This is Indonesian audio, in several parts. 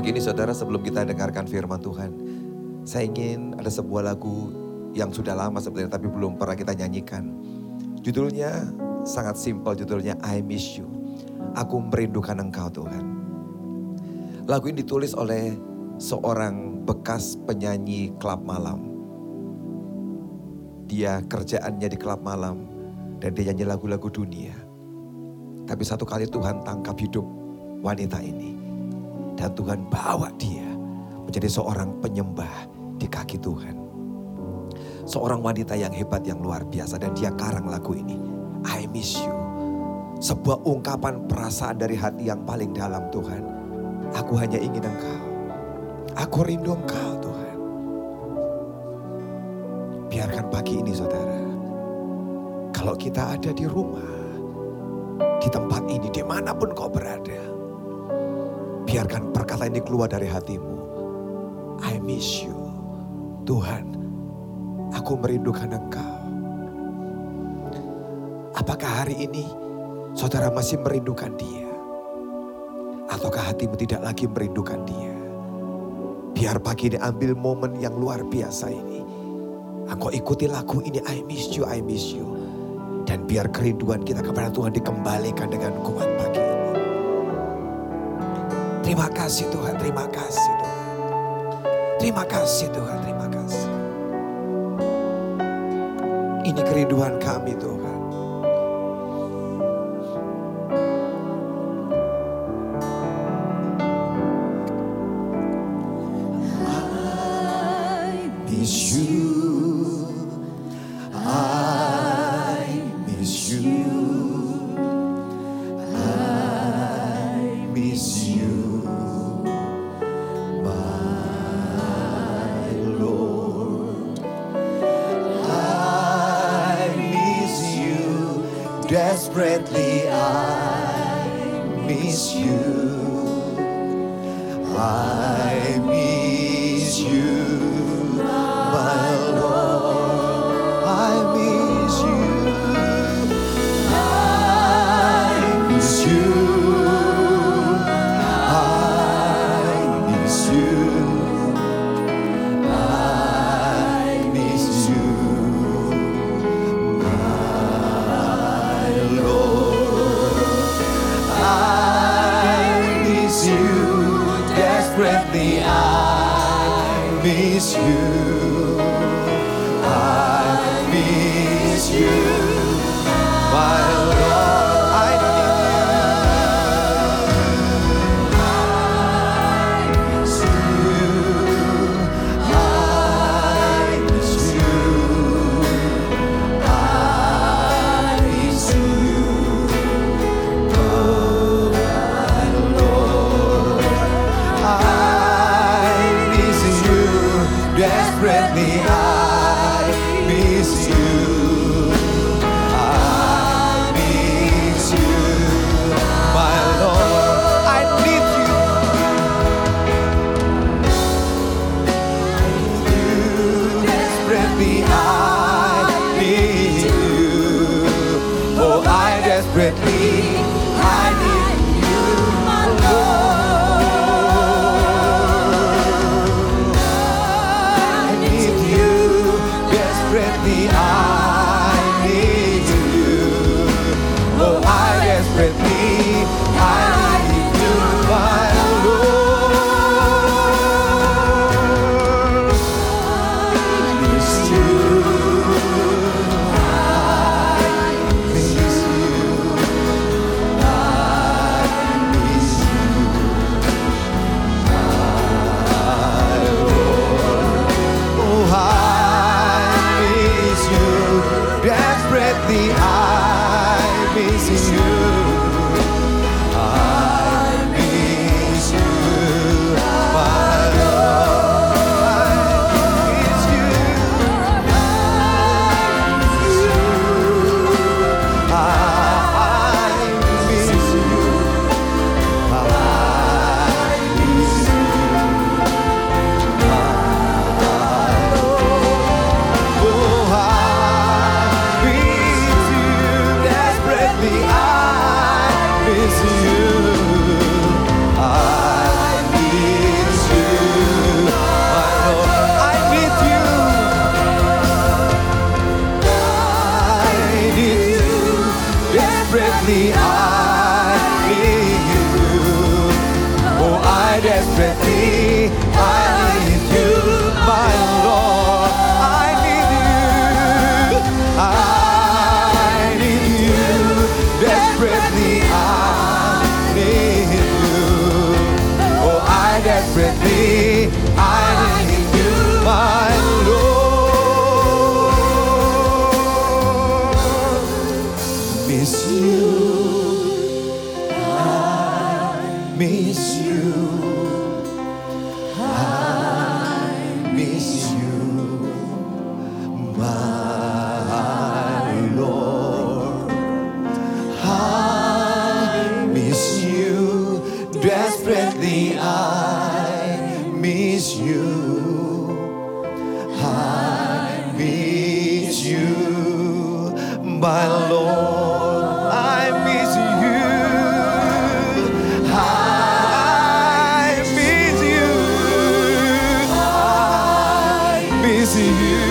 Pagi ini saudara, sebelum kita dengarkan firman Tuhan, saya ingin ada sebuah lagu yang sudah lama sebenarnya tapi belum pernah kita nyanyikan. Judulnya sangat simpel, judulnya I Miss You. Aku merindukan Engkau Tuhan. Lagu ini ditulis oleh seorang bekas penyanyi klub malam. Dia kerjaannya di klub malam dan dia nyanyi lagu-lagu dunia. Tapi satu kali Tuhan tangkap hidup wanita ini. Dan Tuhan bawa dia menjadi seorang penyembah di kaki Tuhan. Seorang wanita yang hebat, yang luar biasa. Dan dia karang lagu ini, I Miss You. Sebuah ungkapan perasaan dari hati yang paling dalam. Tuhan, aku hanya ingin Engkau. Aku rindu Engkau Tuhan. Biarkan pagi ini saudara, kalau kita ada di rumah, di tempat ini, dimanapun kau berada, biarkan perkataan ini keluar dari hatimu. I miss you. Tuhan, aku merindukan Engkau. Apakah hari ini saudara masih merindukan Dia? Ataukah hatimu tidak lagi merindukan Dia? Biar pagi ini ambil momen yang luar biasa ini. Engkau ikuti lagu ini, I miss you, I miss you. Dan biar kerinduan kita kepada Tuhan dikembalikan dengan kuat pagi ini. Terima kasih Tuhan, terima kasih Tuhan. Terima kasih Tuhan, terima kasih. Ini kerinduan kami Tuhan. I miss you. Desperately I miss you. I miss you, my Lord. I miss you. I miss you. I miss you. I miss you. Desperately I miss you. I miss you, my Lord. I miss you. I miss you. I miss you. Oh, my Lord. I miss you, desperately I miss you. I miss you, my Lord. I need you. Desperately I need you. Oh, I desperately I need you, my Lord. I my Lord, I miss you. I miss you. I miss you.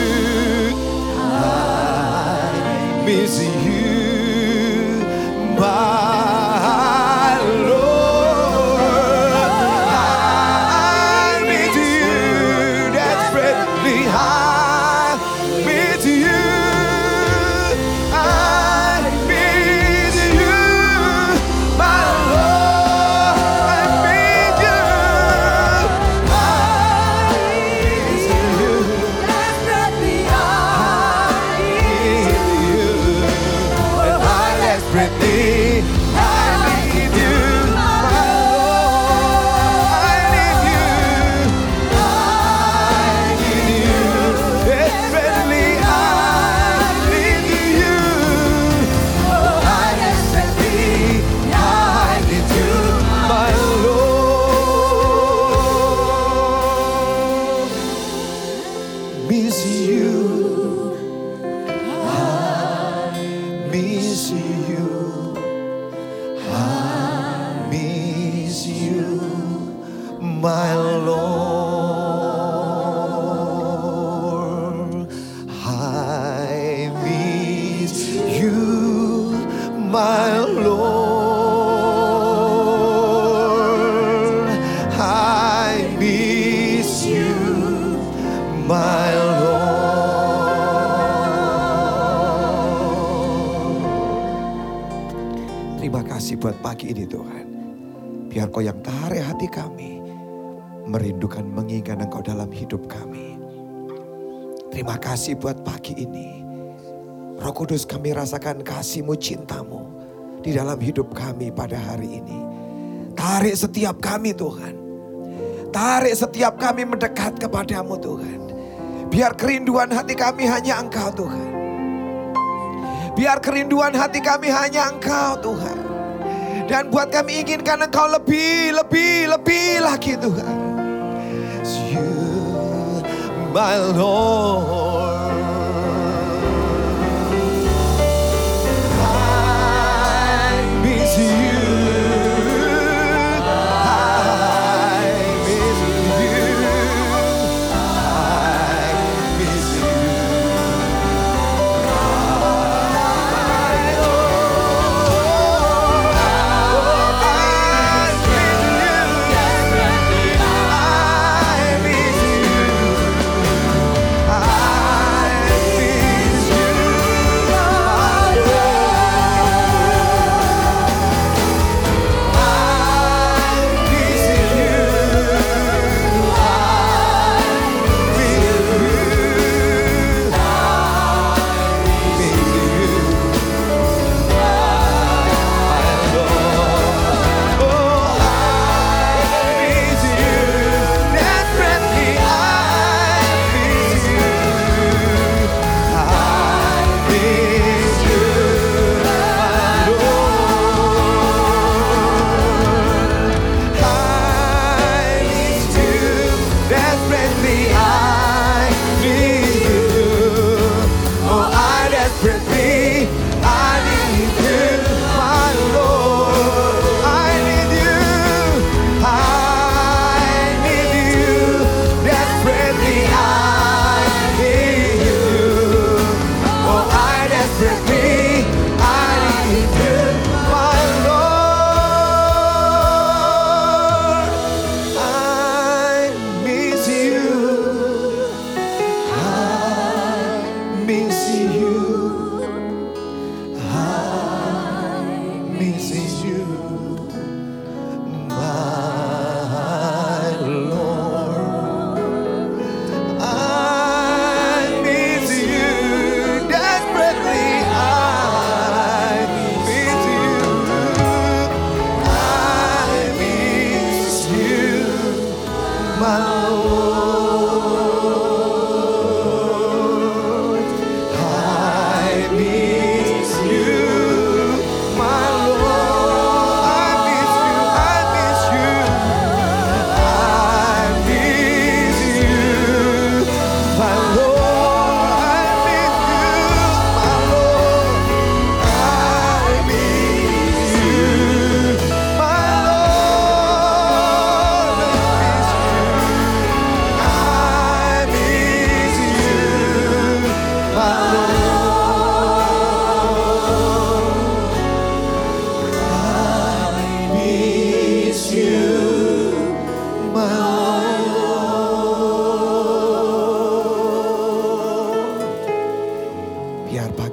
I miss you, my Lord. I miss you desperately. I miss you. I miss you, my Lord. I miss you. I miss you desperately. I miss you, and I desperately. I need you, my Lord. I need you. I need you desperately. I need you. I desperately. I need you, my Lord. Miss you. I miss you. I miss you, my Lord. I miss you, my Lord. I miss you, my Lord. Terima kasih buat pagi ini Tuhan. Biar Kau yang tarik hati kami, merindukan mengingat Engkau dalam hidup kami. Terima kasih buat pagi ini. Roh Kudus, kami rasakan kasih-Mu, cinta-Mu di dalam hidup kami pada hari ini. Tarik setiap kami Tuhan. Tarik setiap kami mendekat kepadamu Tuhan. Biar kerinduan hati kami hanya Engkau Tuhan. Biar kerinduan hati kami hanya Engkau Tuhan. Dan buat kami inginkan Engkau lebih lagi Tuhan. You, my Lord. I miss you. I miss you. I miss you. I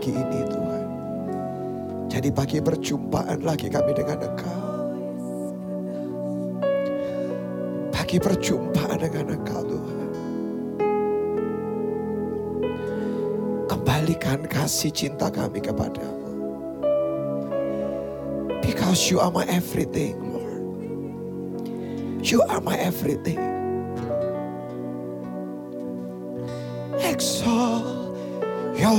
pagi ini Tuhan. Jadi pagi perjumpaan lagi kami dengan Engkau. Pagi perjumpaan dengan Engkau Tuhan. Kembalikan kasih cinta kami kepadamu. Because you are my everything, Lord. You are my everything. Exalt your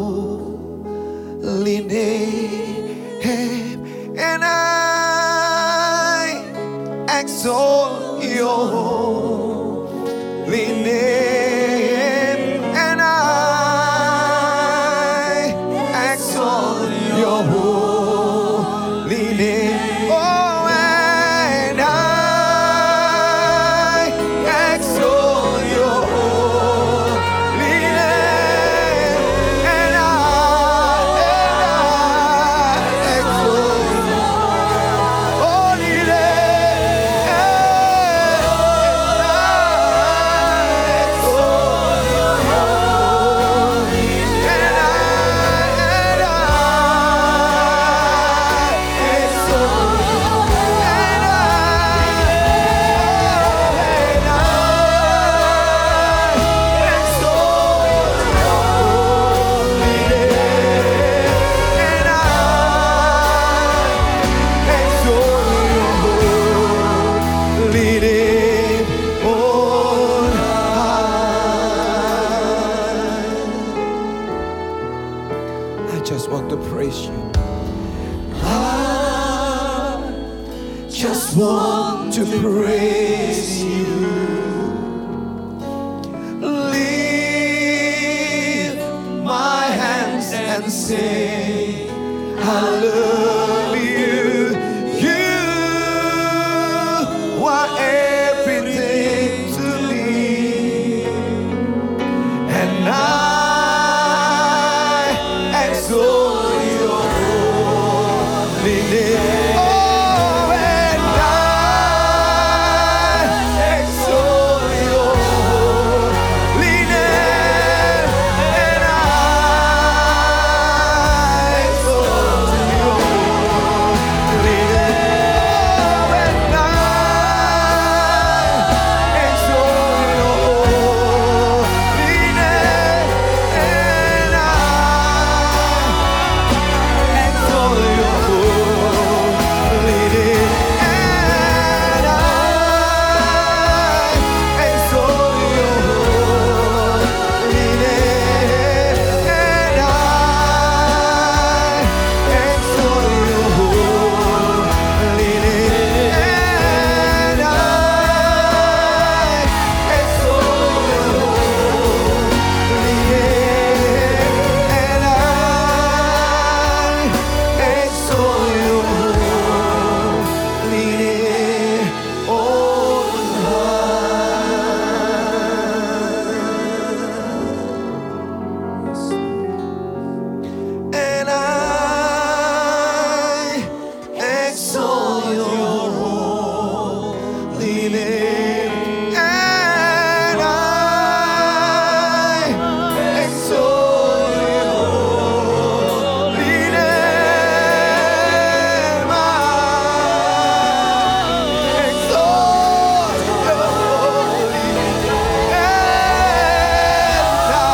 holy name, and I exalt your holy name, and I exalt your holy name. Oh, and I exalt your holy name, and I exalt your holy name, I just want to praise you. I just want to praise you. Lift my hands and say, I love you. You are everything to me. And I exalt your holy name. Oh, and I exalt your holy name, and I exalt your holy name. Oh, and I exalt your holy name, and I exalt your holy name, and I exalt your holy name, and I exalt your holy name, and I exalt your holy name, and I exalt your holy name on high. And I exalt your holy name, and I exalt your holy name. I exalt your holy name, and I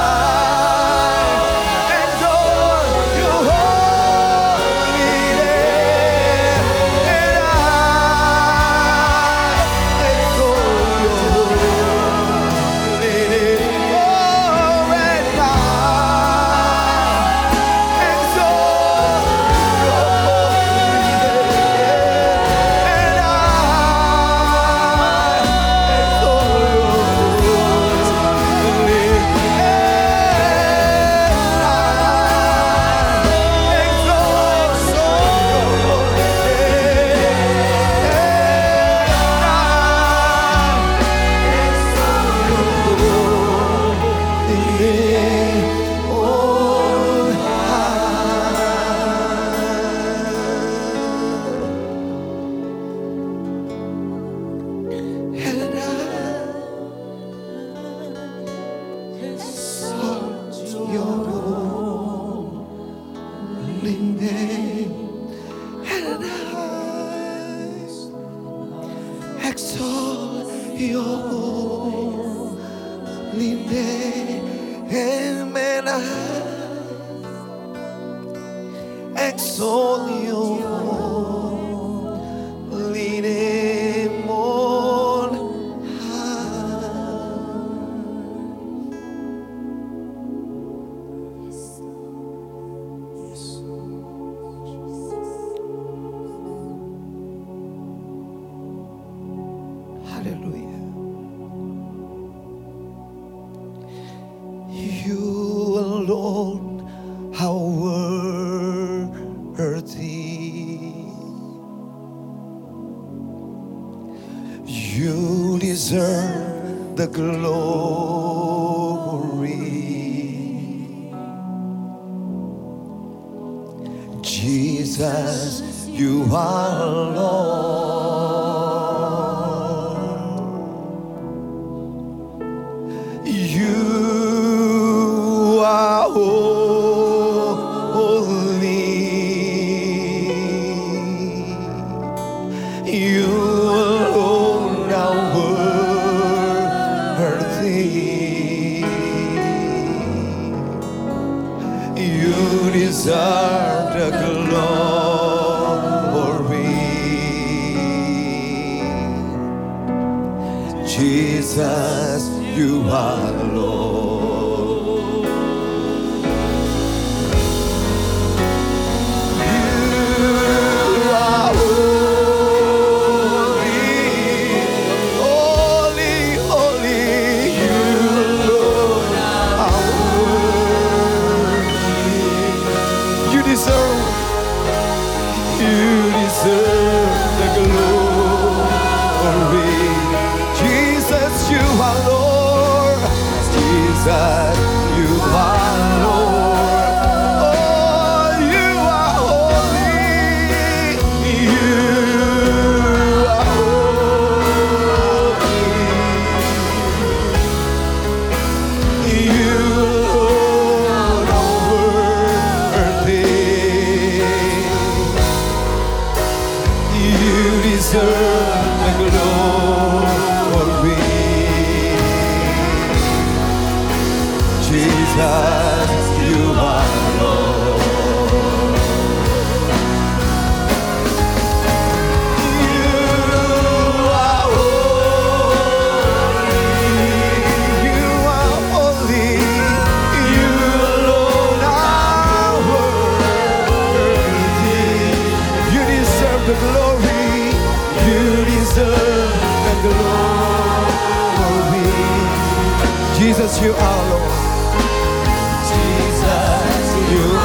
exalt your holy name, and I exalt your holy name. Oh, and I exalt your holy name, and I exalt your holy Your holy name, and I exalt Your holy name on high. Hallelujah. You alone are worthy. You deserve the glory. Jesus, you are Lord. You are holy. You alone are worthy. You deserve the glory. Jesus, you are Lord. You are holy, holy. You alone are worthy. You deserve the glory. Jesus, you are Lord. Jesus, you are Lord. Oh, you are holy. You are holy. You alone are worthy. You deserve the glory. Jesus, you are Lord. You are holy. You are holy. You alone are worthy. You deserve the glory. You deserve the glory. Jesus, you are Lord. Jesus, you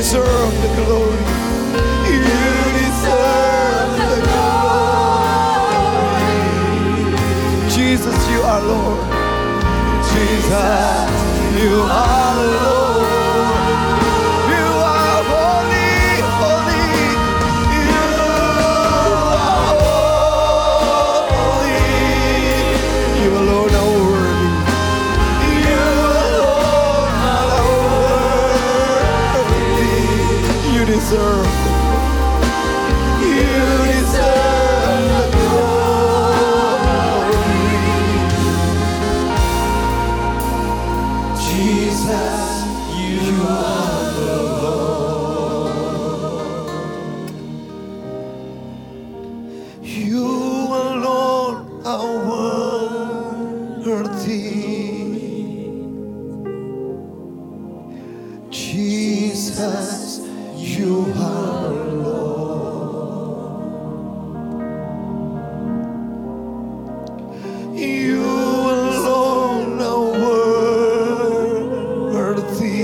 deserve the glory. You deserve the glory. Jesus, you are Lord. Jesus, you are Lord. You are holy, holy. You are holy. You alone are worthy. You alone are worthy. You deserve. You deserve the glory. Jesus, you are the Lord. You alone are worthy. Jesus, you are Lord. You alone are worthy.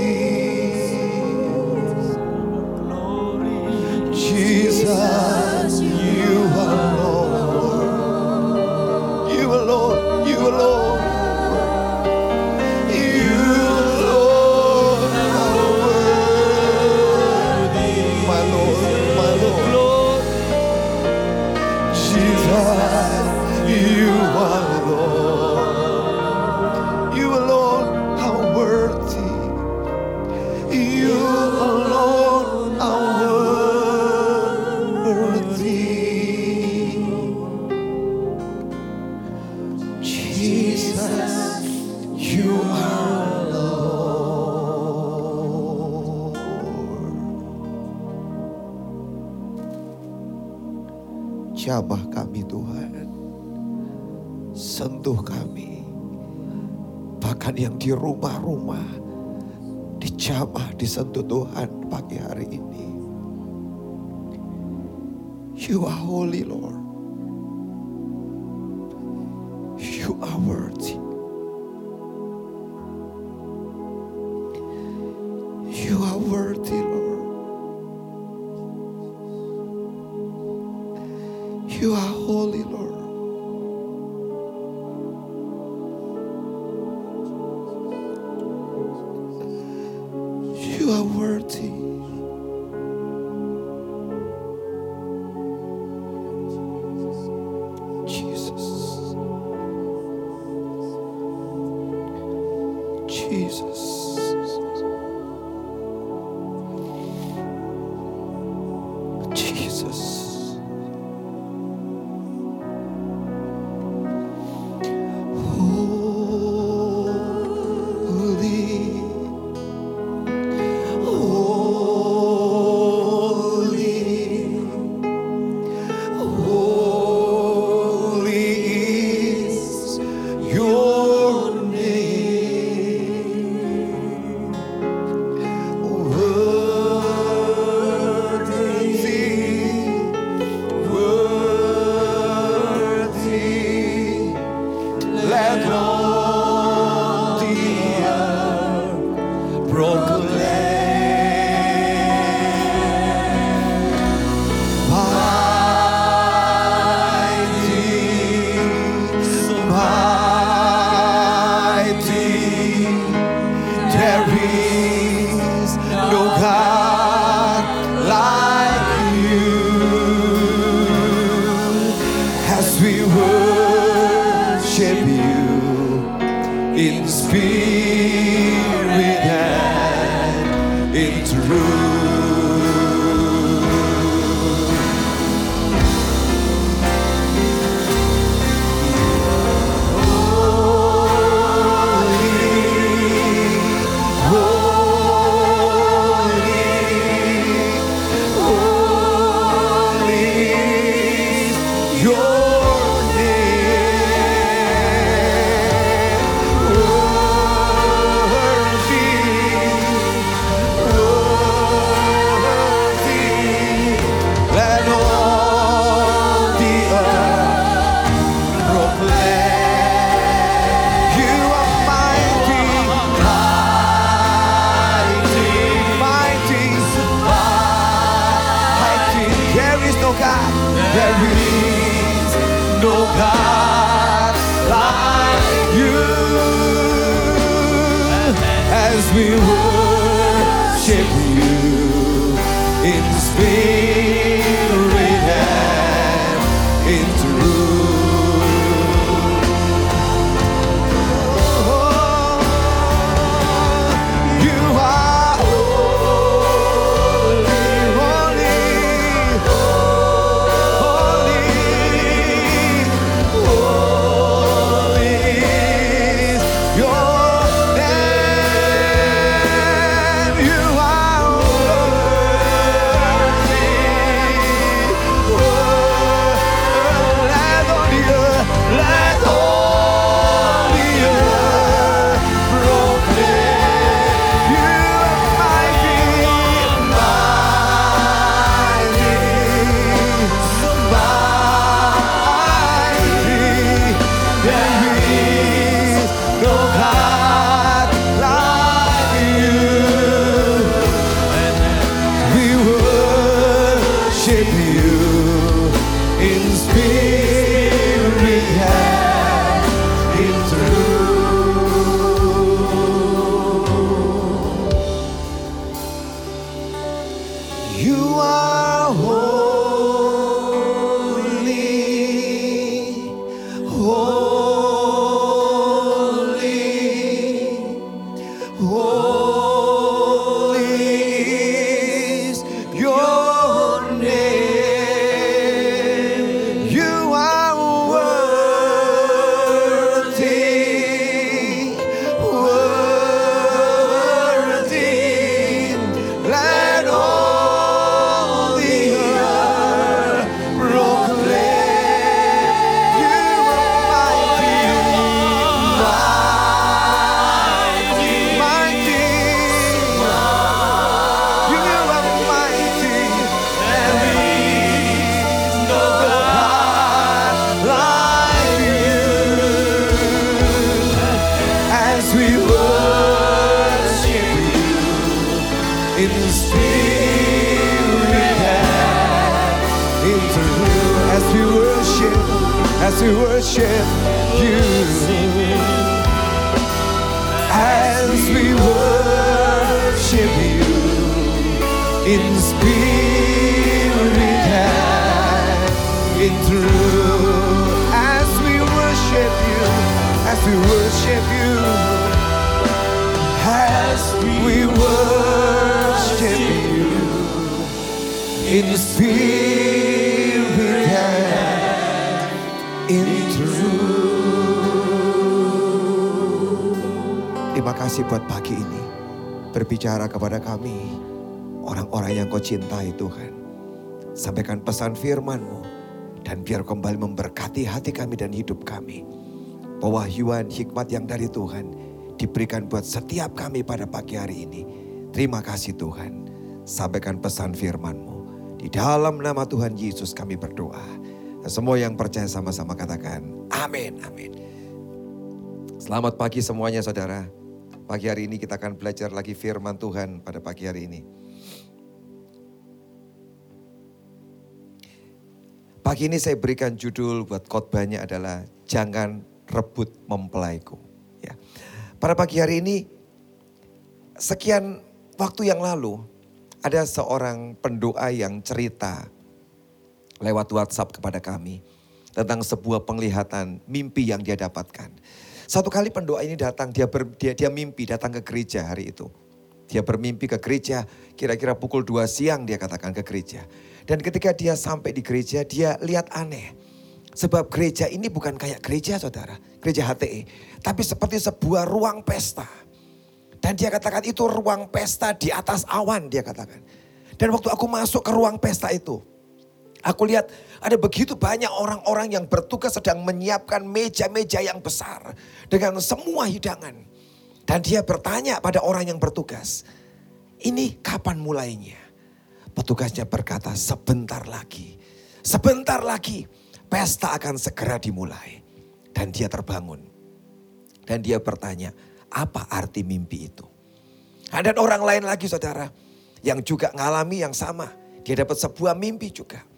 Jesus, you are Lord. You alone, you alone. You alone are worthy. My Lord, my Lord. Jesus, you are Lord. You alone are worthy. You alone are worthy. Jesus, you are Lord. Jamah kami Tuhan, sentuh kami. Bahkan yang di rumah-rumah, dijamah, disentuh Tuhan pagi hari ini. You are holy, Lord. You are worthy. You are worthy, Lord. You are holy, Lord. You are worthy. Jesus. Jesus. Jesus. In spirit and in truth. There is no God like you. As we worship you in spirit and in truth. You are holy, holy, holy, holy is your name. You are worthy, let all the earth proclaim you are mighty, mighty, mighty. There is no God like you. We worship you in spirit and in truth. You are holy, holy, holy is your name. You are worthy, worthy. Let all the earth proclaim you are mighty, mighty, mighty. You are mighty. There is no God like you. As we worship you in spirit and in truth. As we worship you. As we worship you in spirit and in truth. As we worship you, as we worship you, as we worship you in spirit and in truth. Terima kasih buat pagi ini. Berbicara kepada kami, orang-orang yang kau cintai Tuhan. Sampaikan pesan firman-Mu. Dan biar kembali memberkati hati kami dan hidup kami. Pewahyuan hikmat yang dari Tuhan diberikan buat setiap kami pada pagi hari ini. Terima kasih Tuhan. Sampaikan pesan firman-Mu. Di dalam nama Tuhan Yesus kami berdoa. Dan semua yang percaya sama-sama katakan amin, amin. Selamat pagi semuanya saudara. Pagi hari ini kita akan belajar lagi firman Tuhan pada pagi hari ini. Pagi ini saya berikan judul buat khotbahnya adalah Jangan Rebut Mempelaiku. Ya. Pada pagi hari ini, sekian waktu yang lalu, ada seorang pendoa yang cerita lewat WhatsApp kepada kami tentang sebuah penglihatan mimpi yang dia dapatkan. Satu kali pendoa ini datang, dia mimpi datang ke gereja hari itu. Dia bermimpi ke gereja, kira-kira pukul 2 siang dia katakan ke gereja. Dan ketika dia sampai di gereja, dia lihat aneh. Sebab gereja ini bukan kayak gereja saudara, gereja HTE. Tapi seperti sebuah ruang pesta. Dan dia katakan itu ruang pesta di atas awan dia katakan. Dan waktu aku masuk ke ruang pesta itu, aku lihat ada begitu banyak orang-orang yang bertugas sedang menyiapkan meja-meja yang besar. Dengan semua hidangan. Dan dia bertanya pada orang yang bertugas, ini kapan mulainya? Petugasnya berkata sebentar lagi pesta akan segera dimulai. Dan dia terbangun. Dan dia bertanya, apa arti mimpi itu? Ada orang lain lagi saudara, yang juga ngalami yang sama. Dia dapat sebuah mimpi juga.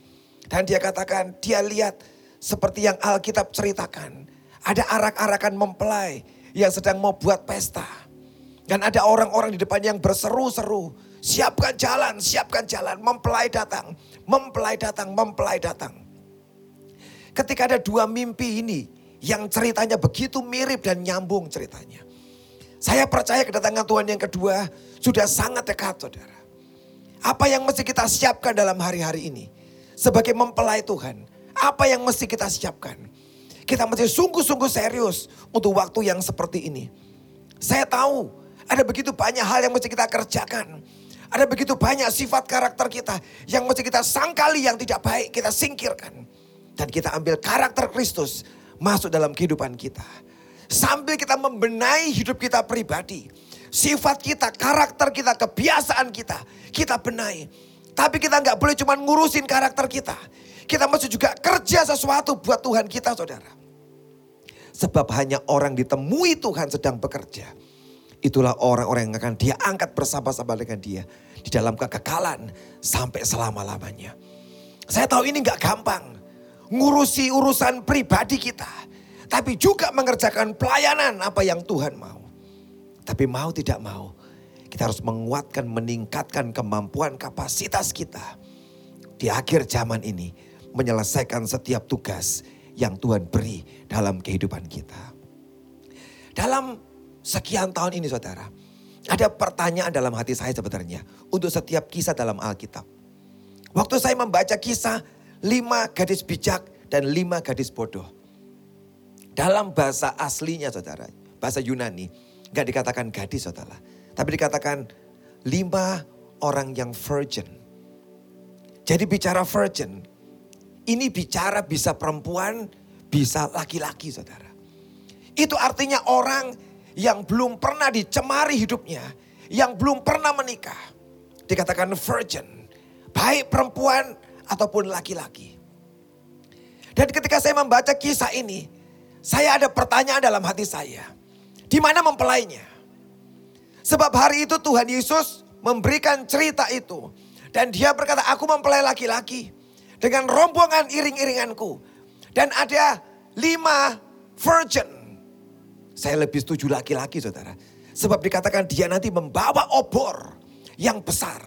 Dan dia katakan, dia lihat seperti yang Alkitab ceritakan. Ada arak-arakan mempelai yang sedang mau buat pesta. Dan ada orang-orang di depan yang berseru-seru. Siapkan jalan, mempelai datang, mempelai datang, mempelai datang. Ketika ada dua mimpi ini yang ceritanya begitu mirip dan nyambung ceritanya. Saya percaya kedatangan Tuhan yang kedua sudah sangat dekat, saudara. Apa yang mesti kita siapkan dalam hari-hari ini? Sebagai mempelai Tuhan, apa yang mesti kita siapkan? Kita mesti sungguh-sungguh serius untuk waktu yang seperti ini. Saya tahu ada begitu banyak hal yang mesti kita kerjakan. Ada begitu banyak sifat karakter kita yang mesti kita sangkali yang tidak baik, kita singkirkan. Dan kita ambil karakter Kristus masuk dalam kehidupan kita. Sambil kita membenahi hidup kita pribadi. Sifat kita, karakter kita, kebiasaan kita, kita benahi. Tapi kita nggak boleh cuma ngurusin karakter kita. Kita mesti juga kerja sesuatu buat Tuhan kita, saudara. Sebab hanya orang ditemui Tuhan sedang bekerja. Itulah orang-orang yang akan dia angkat bersama-sama dengan dia. Di dalam kekekalan sampai selama-lamanya. Saya tahu ini nggak gampang. Ngurusi urusan pribadi kita. Tapi juga mengerjakan pelayanan apa yang Tuhan mau. Tapi mau tidak mau. Kita harus menguatkan, meningkatkan kemampuan kapasitas kita. Di akhir zaman ini menyelesaikan setiap tugas yang Tuhan beri dalam kehidupan kita. Dalam sekian tahun ini, saudara, ada pertanyaan dalam hati saya sebenarnya untuk setiap kisah dalam Alkitab. Waktu saya membaca kisah 5 gadis bijak dan 5 gadis bodoh. Dalam bahasa aslinya, saudara, bahasa Yunani, gak dikatakan gadis, saudara. Tapi dikatakan 5 orang yang virgin. Jadi bicara virgin, ini bicara bisa perempuan, bisa laki-laki, saudara. Itu artinya orang yang belum pernah dicemari hidupnya, yang belum pernah menikah. Dikatakan virgin, baik perempuan ataupun laki-laki. Dan ketika saya membaca kisah ini, saya ada pertanyaan dalam hati saya. Di mana mempelainya? Sebab hari itu Tuhan Yesus memberikan cerita itu. Dan dia berkata, aku mempelai laki-laki dengan rombongan iring-iringanku. Dan ada 5 virgin. Saya lebih setuju laki-laki, saudara. Sebab dikatakan dia nanti membawa obor yang besar.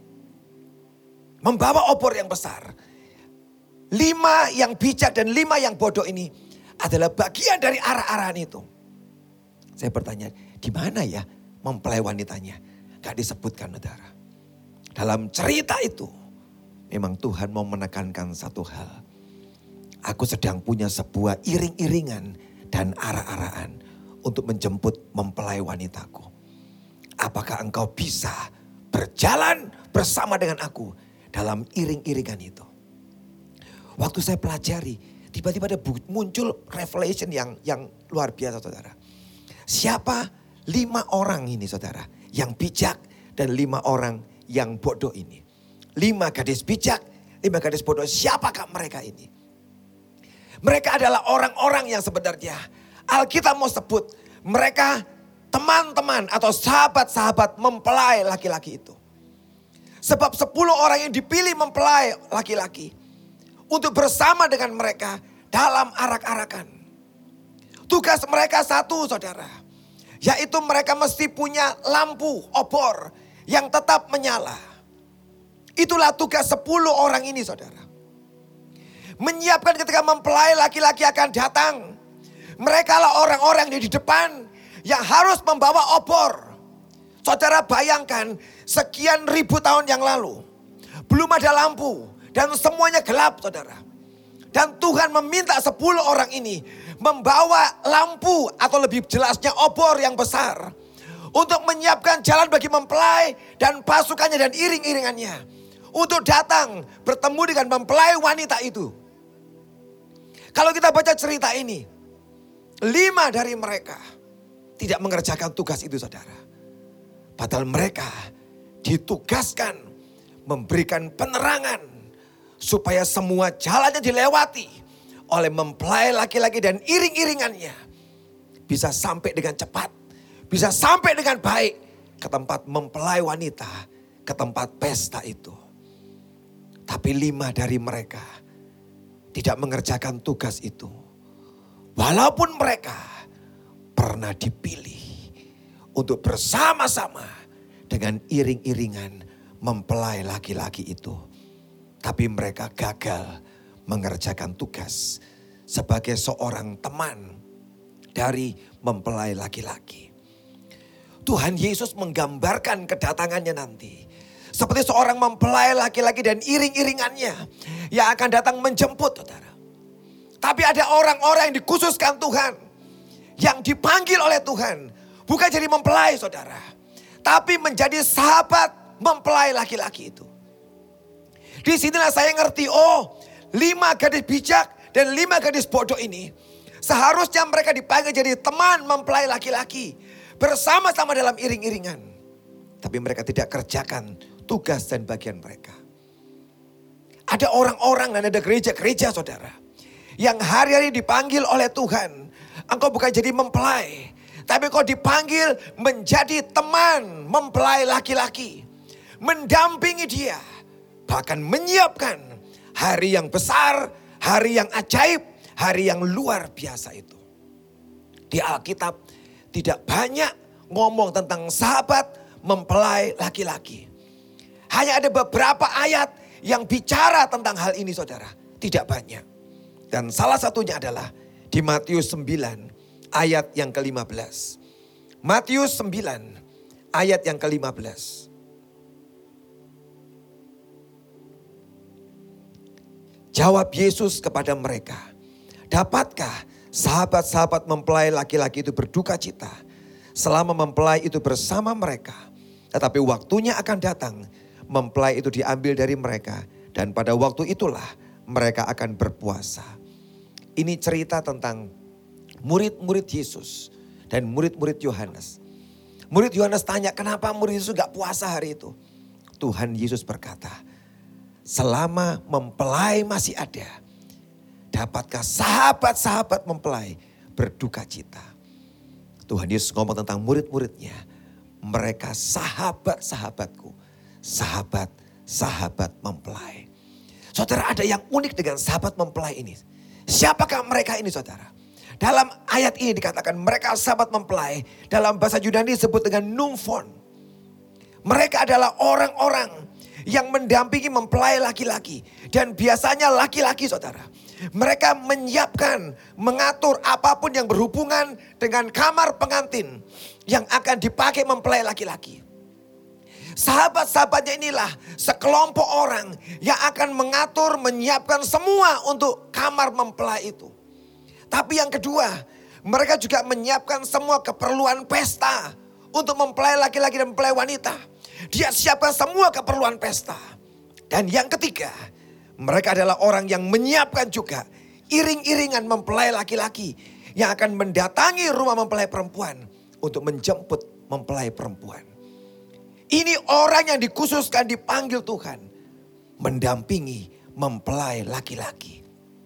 Membawa obor yang besar. 5 yang bijak dan 5 yang bodoh ini adalah bagian dari arah-arahan itu. Saya bertanya, di mana ya mempelai wanitanya? Gak disebutkan, saudara. Dalam cerita itu, memang Tuhan mau menekankan satu hal. Aku sedang punya sebuah iring-iringan dan arah-arahan untuk menjemput mempelai wanitaku. Apakah engkau bisa berjalan bersama dengan aku dalam iring-iringan itu? Waktu saya pelajari, tiba-tiba ada muncul revelation yang luar biasa, saudara. Siapa 5 orang ini, saudara, yang bijak dan 5 orang yang bodoh ini. 5 gadis bijak, 5 gadis bodoh. Siapakah mereka ini? Mereka adalah orang-orang yang sebenarnya Alkitab mau sebut mereka teman-teman atau sahabat-sahabat mempelai laki-laki itu. Sebab 10 orang yang dipilih mempelai laki-laki untuk bersama dengan mereka dalam arak-arakan. Tugas mereka satu, saudara. Yaitu mereka mesti punya lampu obor yang tetap menyala. Itulah tugas 10 orang ini, saudara. Menyiapkan ketika mempelai laki-laki akan datang. Mereka lah orang-orang di depan yang harus membawa obor. Saudara bayangkan sekian ribu tahun yang lalu. Belum ada lampu dan semuanya gelap, saudara. Dan Tuhan meminta 10 orang ini membawa lampu atau lebih jelasnya obor yang besar. Untuk menyiapkan jalan bagi mempelai dan pasukannya dan iring-iringannya. Untuk datang bertemu dengan mempelai wanita itu. Kalau kita baca cerita ini, 5 dari mereka tidak mengerjakan tugas itu, saudara. Padahal mereka ditugaskan memberikan penerangan supaya semua jalannya dilewati oleh mempelai laki-laki dan iring-iringannya. Bisa sampai dengan cepat, bisa sampai dengan baik ke tempat mempelai wanita, ke tempat pesta itu. Tapi 5 dari mereka tidak mengerjakan tugas itu. Walaupun mereka pernah dipilih untuk bersama-sama dengan iring-iringan mempelai laki-laki itu. Tapi mereka gagal mengerjakan tugas sebagai seorang teman dari mempelai laki-laki. Tuhan Yesus menggambarkan kedatangannya nanti seperti seorang mempelai laki-laki dan iring-iringannya yang akan datang menjemput, saudara. Tapi ada orang-orang yang dikhususkan Tuhan, yang dipanggil oleh Tuhan, bukan jadi mempelai, saudara, tapi menjadi sahabat mempelai laki-laki itu. Disinilah saya ngerti, 5 gadis bijak dan 5 gadis bodoh ini seharusnya mereka dipanggil jadi teman mempelai laki-laki bersama-sama dalam iring-iringan. Tapi mereka tidak kerjakan tugas dan bagian mereka. Ada orang-orang dan ada gereja-gereja, saudara, yang hari-hari dipanggil oleh Tuhan. Engkau bukan jadi mempelai, tapi kau dipanggil menjadi teman mempelai laki-laki. Mendampingi dia, bahkan menyiapkan hari yang besar, hari yang ajaib, hari yang luar biasa itu. Di Alkitab tidak banyak ngomong tentang sahabat mempelai laki-laki. Hanya ada beberapa ayat yang bicara tentang hal ini, saudara. Tidak banyak. Dan salah satunya adalah di Matius 9 ayat yang ke-15. Matius 9 ayat yang ke-15. Jawab Yesus kepada mereka, dapatkah sahabat-sahabat mempelai laki-laki itu berduka cita selama mempelai itu bersama mereka? Tetapi waktunya akan datang, mempelai itu diambil dari mereka, dan pada waktu itulah mereka akan berpuasa. Ini cerita tentang murid-murid Yesus dan murid-murid Yohanes. Murid Yohanes tanya, kenapa murid Yesus gak puasa hari itu? Tuhan Yesus berkata, selama mempelai masih ada, dapatkah sahabat-sahabat mempelai berduka cita? Tuhan Yesus ngomong tentang murid-muridnya. Mereka sahabat-sahabatku, sahabat-sahabat mempelai. Saudara, ada yang unik dengan sahabat mempelai ini. Siapakah mereka ini, saudara? Dalam ayat ini dikatakan mereka sahabat mempelai. Dalam bahasa Yunani disebut dengan numphon. Mereka adalah orang-orang yang mendampingi mempelai laki-laki. Dan biasanya laki-laki, saudara. Mereka menyiapkan, mengatur apapun yang berhubungan dengan kamar pengantin yang akan dipakai mempelai laki-laki. Sahabat-sahabatnya inilah sekelompok orang yang akan mengatur, menyiapkan semua untuk kamar mempelai itu. Tapi yang kedua, mereka juga menyiapkan semua keperluan pesta untuk mempelai laki-laki dan mempelai wanita. Dia siapkan semua keperluan pesta. Dan yang ketiga, mereka adalah orang yang menyiapkan juga iring-iringan mempelai laki-laki yang akan mendatangi rumah mempelai perempuan untuk menjemput mempelai perempuan. Ini orang yang dikhususkan, dipanggil Tuhan mendampingi mempelai laki-laki.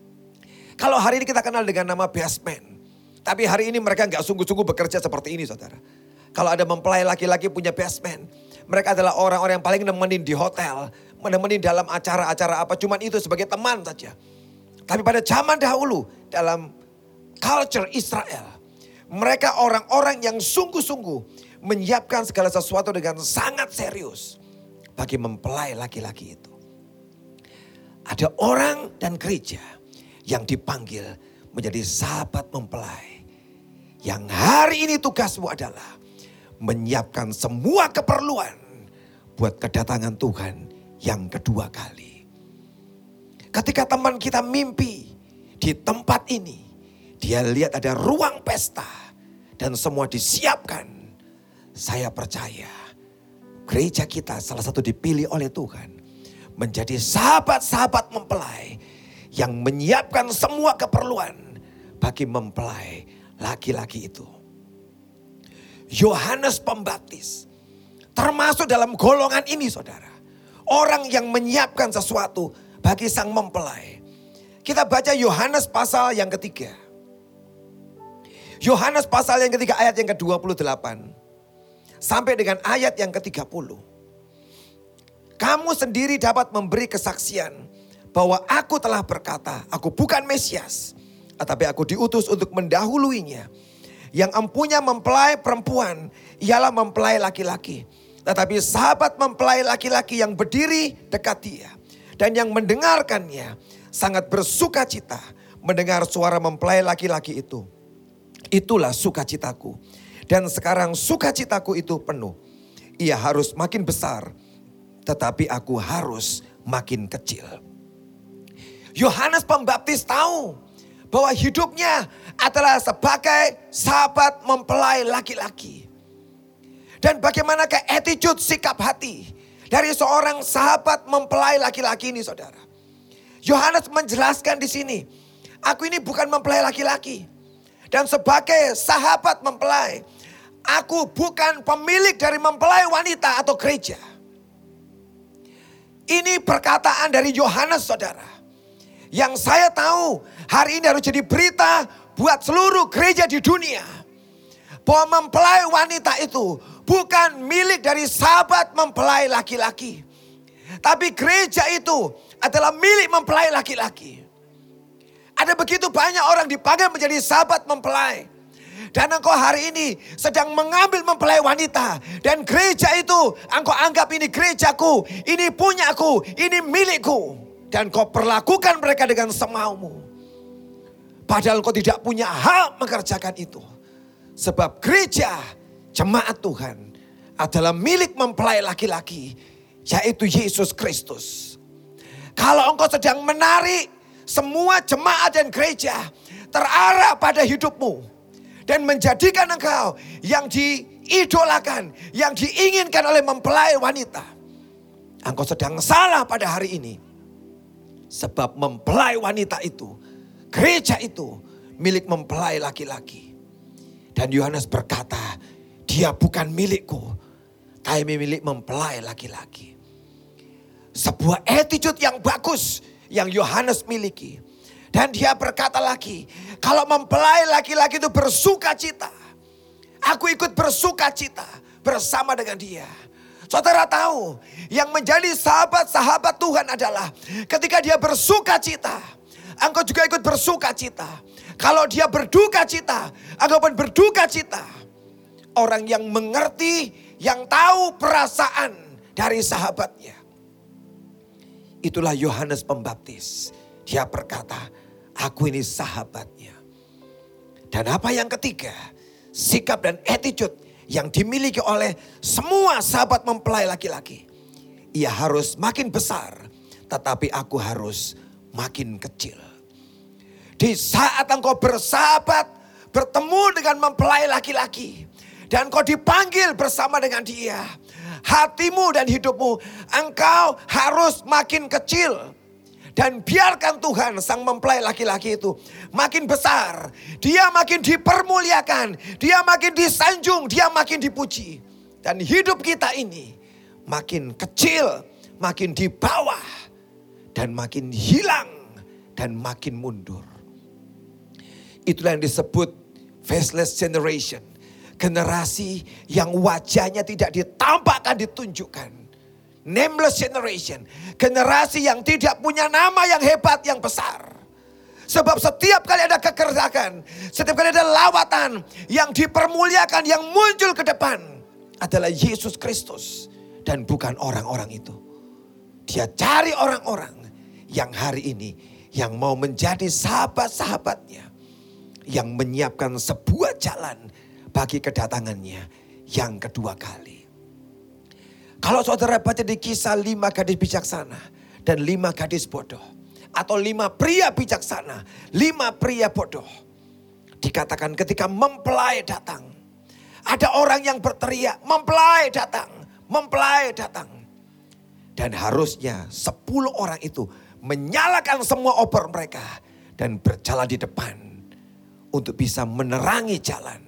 Kalau hari ini kita kenal dengan nama best man, tapi hari ini mereka gak sungguh-sungguh bekerja seperti ini, saudara. Kalau ada mempelai laki-laki punya best man, mereka adalah orang-orang yang paling nemenin di hotel, menemani dalam acara-acara apa, cuman itu sebagai teman saja. Tapi pada zaman dahulu dalam culture Israel, mereka orang-orang yang sungguh-sungguh menyiapkan segala sesuatu dengan sangat serius bagi mempelai laki-laki itu. Ada orang dan gereja yang dipanggil menjadi sahabat mempelai. Yang hari ini tugasmu adalah menyiapkan semua keperluan buat kedatangan Tuhan yang kedua kali. Ketika teman kita mimpi di tempat ini, dia lihat ada ruang pesta dan semua disiapkan. Saya percaya gereja kita salah satu dipilih oleh Tuhan menjadi sahabat-sahabat mempelai yang menyiapkan semua keperluan bagi mempelai laki-laki itu. Yohanes Pembaptis termasuk dalam golongan ini, saudara. Orang yang menyiapkan sesuatu bagi sang mempelai. Kita baca Yohanes pasal yang ketiga. Yohanes pasal yang ketiga ayat yang ke-28. Sampai dengan ayat yang ke-30. Kamu sendiri dapat memberi kesaksian bahwa aku telah berkata, aku bukan Mesias, tetapi aku diutus untuk mendahuluinya. Yang empunya mempelai perempuan, ialah mempelai laki-laki. Tetapi sahabat mempelai laki-laki yang berdiri dekat dia dan yang mendengarkannya sangat bersuka cita mendengar suara mempelai laki-laki itu. Itulah sukacitaku. Dan sekarang sukacitaku itu penuh. Ia harus makin besar, tetapi aku harus makin kecil. Yohanes Pembaptis tahu bahwa hidupnya adalah sebagai sahabat mempelai laki-laki. Dan bagaimanakah attitude, sikap hati dari seorang sahabat mempelai laki-laki ini, saudara. Yohanes menjelaskan di sini, aku ini bukan mempelai laki-laki. Dan sebagai sahabat mempelai, aku bukan pemilik dari mempelai wanita atau gereja. Ini perkataan dari Yohanes, saudara. Yang saya tahu hari ini harus jadi berita buat seluruh gereja di dunia. Bahwa mempelai wanita itu bukan milik dari sahabat mempelai laki-laki. Tapi gereja itu adalah milik mempelai laki-laki. Ada begitu banyak orang dipanggil menjadi sahabat mempelai. Dan engkau hari ini sedang mengambil mempelai wanita. Dan gereja itu engkau anggap ini gerejaku, ini punyaku, ini milikku. Dan kau perlakukan mereka dengan semaumu. Padahal kau tidak punya hak mengerjakan itu. Sebab gereja, jemaat Tuhan adalah milik mempelai laki-laki, yaitu Yesus Kristus. Kalau engkau sedang menarik semua jemaat dan gereja terarah pada hidupmu. Dan menjadikan engkau yang diidolakan, yang diinginkan oleh mempelai wanita. Engkau sedang salah pada hari ini. Sebab mempelai wanita itu, gereja itu milik mempelai laki-laki. Dan Yohanes berkata, dia bukan milikku, tapi milik mempelai laki-laki. Sebuah attitude yang bagus yang Yohanes miliki. Dan dia berkata lagi, kalau mempelai laki-laki itu bersuka cita, aku ikut bersuka cita bersama dengan dia. Saudara tahu, yang menjadi sahabat-sahabat Tuhan adalah ketika dia bersuka cita, engkau juga ikut bersuka cita. Kalau dia berduka cita, engkau pun berduka cita. Orang yang mengerti, yang tahu perasaan dari sahabatnya. Itulah Yohanes Pembaptis. Dia berkata, aku ini sahabatnya. Dan apa yang ketiga, sikap dan attitude yang dimiliki oleh semua sahabat mempelai laki-laki. Ia harus makin besar, tetapi aku harus makin kecil. Di saat engkau bersahabat, bertemu dengan mempelai laki-laki, dan kau dipanggil bersama dengan dia, hatimu dan hidupmu, engkau harus makin kecil. Dan biarkan Tuhan sang mempelai laki-laki itu makin besar. Dia makin dipermuliakan. Dia makin disanjung. Dia makin dipuji. Dan hidup kita ini makin kecil. Makin di bawah. Dan makin hilang. Dan makin mundur. Itulah yang disebut faceless generation. Generasi yang wajahnya tidak ditampakkan, ditunjukkan. Nameless generation. Generasi yang tidak punya nama yang hebat, yang besar. Sebab setiap kali ada kekerjakan, setiap kali ada lawatan yang dipermuliakan, yang muncul ke depan adalah Yesus Kristus. Dan bukan orang-orang itu. Dia cari orang-orang yang hari ini, yang mau menjadi sahabat-sahabatnya. Yang menyiapkan sebuah jalan bagi kedatangannya yang kedua kali. Kalau saudara baca di Kisah 5 gadis bijaksana dan 5 gadis bodoh. Atau 5 pria bijaksana, 5 pria bodoh. Dikatakan ketika mempelai datang. Ada orang yang berteriak, mempelai datang, mempelai datang. Dan harusnya 10 orang itu menyalakan semua obor mereka. Dan berjalan di depan untuk bisa menerangi jalan.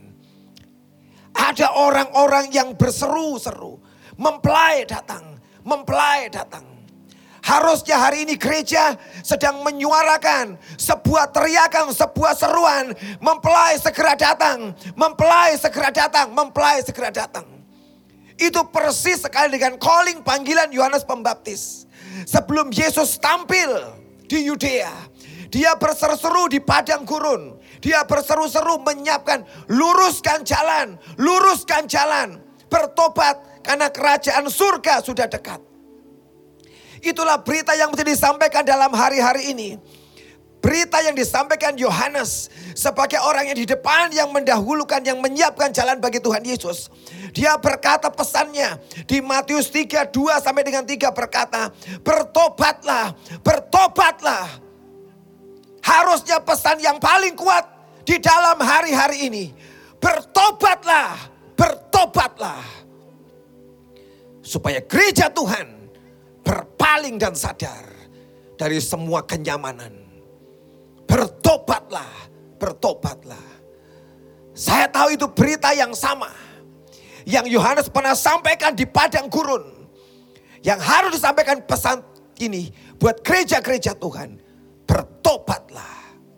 Ada orang-orang yang berseru-seru. Mempelai datang, mempelai datang. Harusnya hari ini gereja sedang menyuarakan sebuah teriakan, sebuah seruan. Mempelai segera datang, mempelai segera datang, mempelai segera datang. Itu persis sekali dengan calling panggilan Yohanes Pembaptis. Sebelum Yesus tampil di Yudea. Dia berseru-seru di padang gurun. Dia berseru-seru menyiapkan, luruskan jalan, luruskan jalan. Bertobat karena kerajaan surga sudah dekat. Itulah berita yang mesti disampaikan dalam hari-hari ini. Berita yang disampaikan Yohanes sebagai orang yang di depan, yang mendahulukan, yang menyiapkan jalan bagi Tuhan Yesus. Dia berkata pesannya di Matius 3, 2 sampai dengan 3 berkata, bertobatlah, bertobatlah. Harusnya pesan yang paling kuat di dalam hari-hari ini. Bertobatlah, bertobatlah. Supaya gereja Tuhan berpaling dan sadar dari semua kenyamanan. Bertobatlah, bertobatlah. Saya tahu itu berita yang sama yang Yohanes pernah sampaikan di padang gurun. Yang harus disampaikan pesan ini buat gereja-gereja Tuhan. Bertobatlah.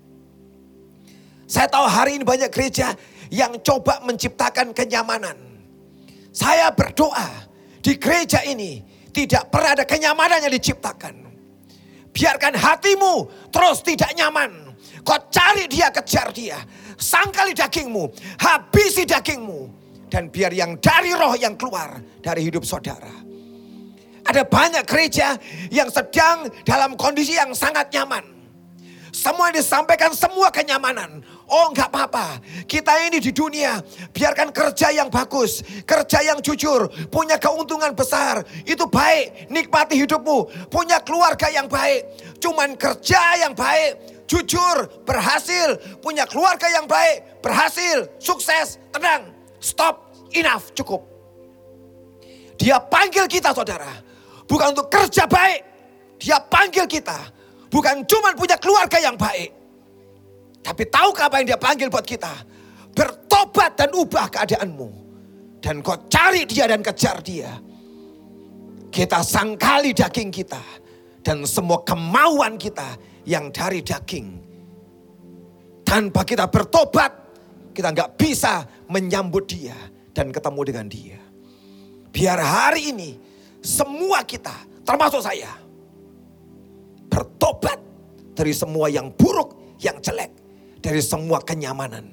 Saya tahu hari ini banyak gereja yang coba menciptakan kenyamanan. Saya berdoa di gereja ini tidak pernah ada kenyamanan yang diciptakan. Biarkan hatimu terus tidak nyaman. Kau cari dia, kejar dia. Sangkali dagingmu, habisi dagingmu. Dan biar yang dari roh yang keluar dari hidup saudara. Ada banyak gereja yang sedang dalam kondisi yang sangat nyaman. Semua yang disampaikan semua kenyamanan. Oh enggak apa-apa, kita ini di dunia biarkan kerja yang bagus, kerja yang jujur, punya keuntungan besar, itu baik, nikmati hidupmu, punya keluarga yang baik, cuman kerja yang baik, jujur, berhasil, punya keluarga yang baik, berhasil, sukses, tenang, stop, enough, cukup. Dia panggil kita saudara, bukan untuk kerja baik, dia panggil kita, bukan cuman punya keluarga yang baik. Tapi tahukah apa yang dia panggil buat kita? Bertobat dan ubah keadaanmu. Dan kau cari dia dan kejar dia. Kita sangkali daging kita. Dan semua kemauan kita yang dari daging. Tanpa kita bertobat, kita gak bisa menyambut dia dan ketemu dengan dia. Biar hari ini semua kita, termasuk saya, bertobat dari semua yang buruk, yang jelek. Dari semua kenyamanan.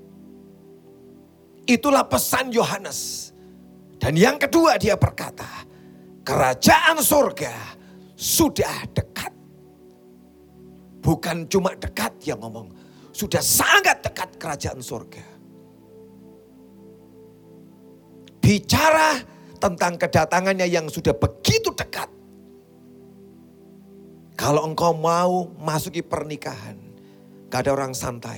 Itulah pesan Yohanes. Dan yang kedua dia berkata, kerajaan surga sudah dekat. Bukan cuma dekat dia ngomong, sudah sangat dekat kerajaan surga. Bicara tentang kedatangannya yang sudah begitu dekat. Kalau engkau mau masuki pernikahan, gak ada orang santai.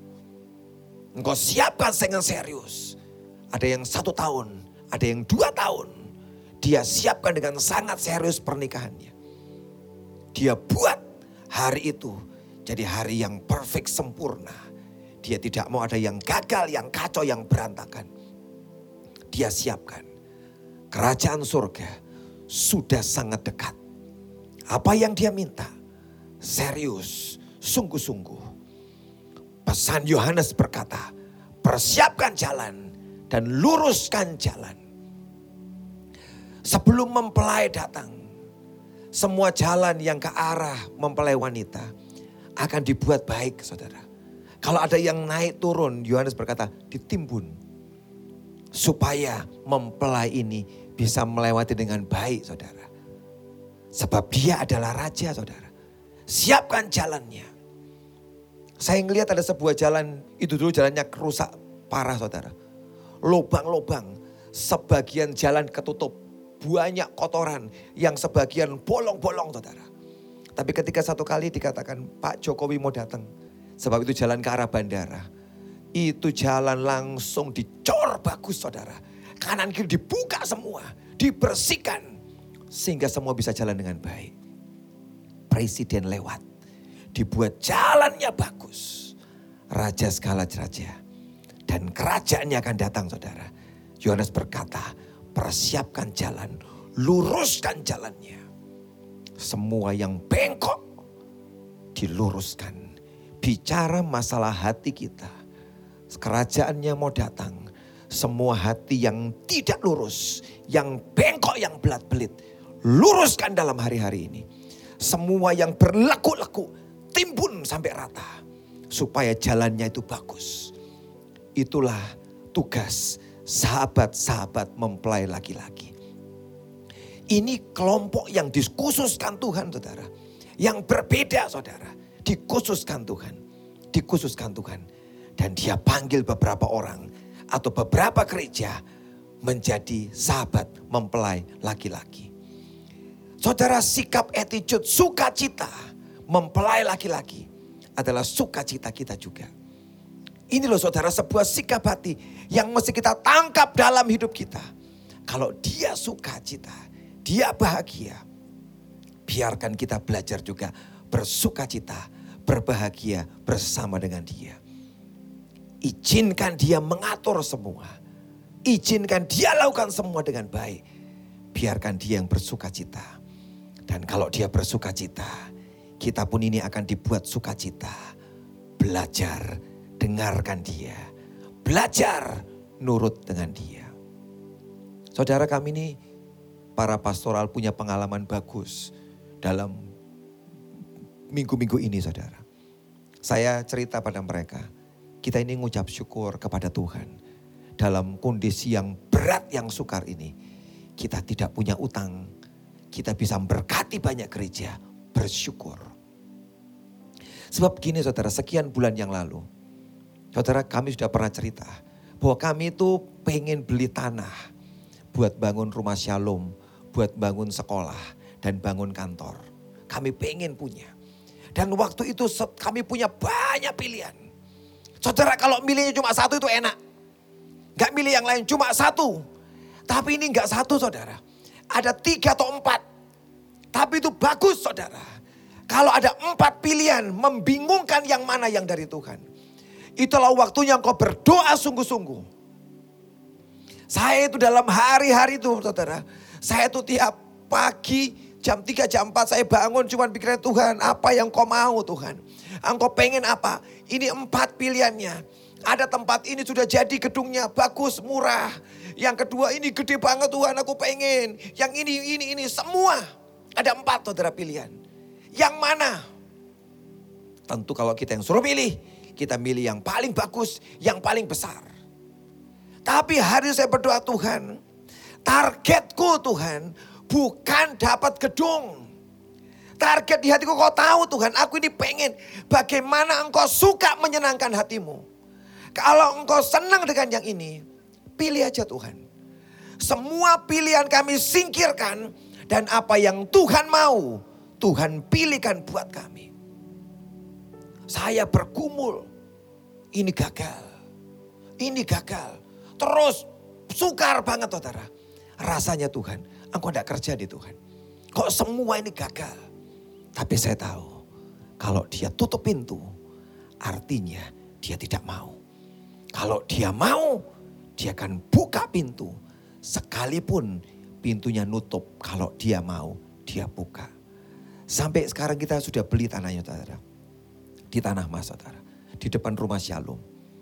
Engkau siapkan dengan serius. Ada yang 1 tahun, ada yang 2 tahun. Dia siapkan dengan sangat serius pernikahannya. Dia buat hari itu jadi hari yang perfect, sempurna. Dia tidak mau ada yang gagal, yang kacau, yang berantakan. Dia siapkan. Kerajaan surga sudah sangat dekat. Apa yang dia minta? Serius, sungguh-sungguh. Pesan Yohanes berkata, persiapkan jalan dan luruskan jalan. Sebelum mempelai datang, semua jalan yang ke arah mempelai wanita akan dibuat baik, saudara. Kalau ada yang naik turun, Yohanes berkata, ditimbun. Supaya mempelai ini bisa melewati dengan baik, saudara. Sebab dia adalah raja, saudara. Siapkan jalannya. Saya ngelihat ada sebuah jalan, itu dulu jalannya rusak parah saudara. Lubang-lubang, sebagian jalan ketutup, banyak kotoran yang sebagian bolong-bolong saudara. Tapi ketika satu kali dikatakan Pak Jokowi mau datang, sebab itu jalan ke arah bandara. Itu jalan langsung dicor bagus saudara. Kanan kiri dibuka semua, dibersihkan. Sehingga semua bisa jalan dengan baik. Presiden lewat. Dibuat jalannya bagus. Raja segala raja. Dan kerajaannya akan datang saudara. Yohanes berkata, persiapkan jalan. Luruskan jalannya. Semua yang bengkok diluruskan. Bicara masalah hati kita. Kerajaannya mau datang. Semua hati yang tidak lurus. Yang bengkok, yang belat-belit. Luruskan dalam hari-hari ini. Semua yang berlekuk-lekuk timbun sampai rata. Supaya jalannya itu bagus. Itulah tugas sahabat-sahabat mempelai laki-laki. Ini kelompok yang dikhususkan Tuhan, saudara. Yang berbeda, saudara. Dikhususkan Tuhan. Dikhususkan Tuhan. Dan dia panggil beberapa orang atau beberapa gereja menjadi sahabat mempelai laki-laki. Saudara, sikap attitude sukacita mempelai laki-laki adalah sukacita kita juga. Ini loh saudara, sebuah sikap hati yang mesti kita tangkap dalam hidup kita. Kalau dia sukacita, dia bahagia, biarkan kita belajar juga bersukacita, berbahagia bersama dengan dia. Izinkan dia mengatur semua. Izinkan dia lakukan semua dengan baik. Biarkan dia yang bersukacita. Dan kalau dia bersukacita, kita pun ini akan dibuat sukacita. Belajar, dengarkan dia. Belajar, nurut dengan dia. Saudara, kami ini para pastoral punya pengalaman bagus dalam minggu-minggu ini, saudara. Saya cerita pada mereka, kita ini ngucap syukur kepada Tuhan. Dalam kondisi yang berat, yang sukar ini, kita tidak punya utang. Kita bisa memberkati banyak gereja, bersyukur. Sebab gini saudara, sekian bulan yang lalu, saudara, kami sudah pernah cerita bahwa kami itu pengen beli tanah buat bangun rumah Shalom, buat bangun sekolah dan bangun kantor. Kami pengen punya. Dan waktu itu kami punya banyak pilihan. Saudara, kalau milihnya cuma satu itu enak. Gak milih yang lain, cuma satu. Tapi ini gak satu, saudara. Ada 3 atau 4. Tapi itu bagus, saudara. Kalau ada 4 pilihan, membingungkan yang mana yang dari Tuhan. Itulah waktunya engkau berdoa sungguh-sungguh. Saya itu dalam hari-hari itu, saudara. Saya itu tiap pagi jam 3, jam 4 saya bangun cuman pikirin, Tuhan apa yang kau mau Tuhan. Engkau pengen apa? Ini 4 pilihannya. Ada tempat ini sudah jadi gedungnya, bagus, murah. Yang kedua ini gede banget Tuhan, aku pengen. Yang ini, semua. Ada 4 saudara pilihan. Yang mana? Tentu kalau kita yang suruh milih, kita milih yang paling bagus, yang paling besar. Tapi hari saya berdoa, Tuhan, targetku Tuhan bukan dapat gedung. Target di hatiku kau tahu Tuhan, aku ini pengen bagaimana engkau suka menyenangkan hatimu. Kalau engkau senang dengan yang ini, pilih aja Tuhan. Semua pilihan kami singkirkan dan apa yang Tuhan mau, Tuhan pilihkan buat kami. Saya bergumul, ini gagal, ini gagal. Terus sukar banget saudara. Rasanya Tuhan, engkau tidak kerja di Tuhan. Kok semua ini gagal? Tapi saya tahu, kalau dia tutup pintu, artinya dia tidak mau. Kalau dia mau, dia akan buka pintu. Sekalipun pintunya nutup, kalau dia mau, dia buka. Sampai sekarang kita sudah beli tanahnya saudara. Di Tanah Mas saudara. Di depan rumah Shalom.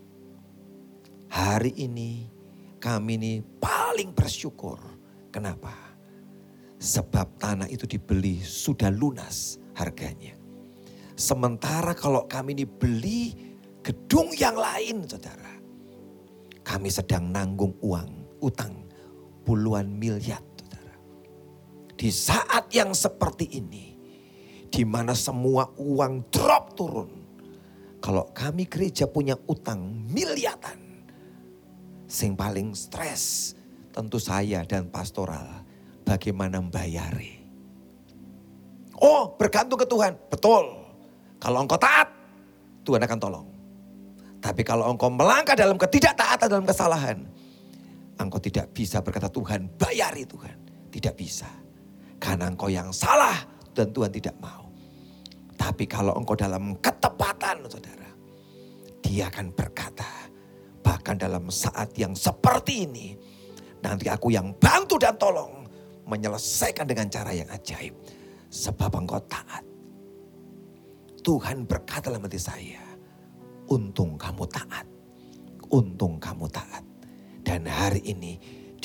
Hari ini kami ini paling bersyukur. Kenapa? Sebab tanah itu dibeli sudah lunas harganya. Sementara kalau kami ini beli gedung yang lain saudara. Kami sedang nanggung utang puluhan miliar saudara. Di saat yang seperti ini, di mana semua uang drop turun. Kalau kami gereja punya utang miliaran, sing paling stres tentu saya dan pastoral bagaimana membayari. Oh, bergantung ke Tuhan, betul. Kalau engkau taat, Tuhan akan tolong. Tapi kalau engkau melangkah dalam ketidaktaatan, dalam kesalahan, engkau tidak bisa berkata Tuhan bayari Tuhan. Tidak bisa. Karena engkau yang salah dan Tuhan tidak mau. Tapi kalau engkau dalam ketepatan saudara, dia akan berkata, bahkan dalam saat yang seperti ini, nanti aku yang bantu dan tolong menyelesaikan dengan cara yang ajaib. Sebab engkau taat. Tuhan berkata dalam hati saya, untung kamu taat. Untung kamu taat. Dan hari ini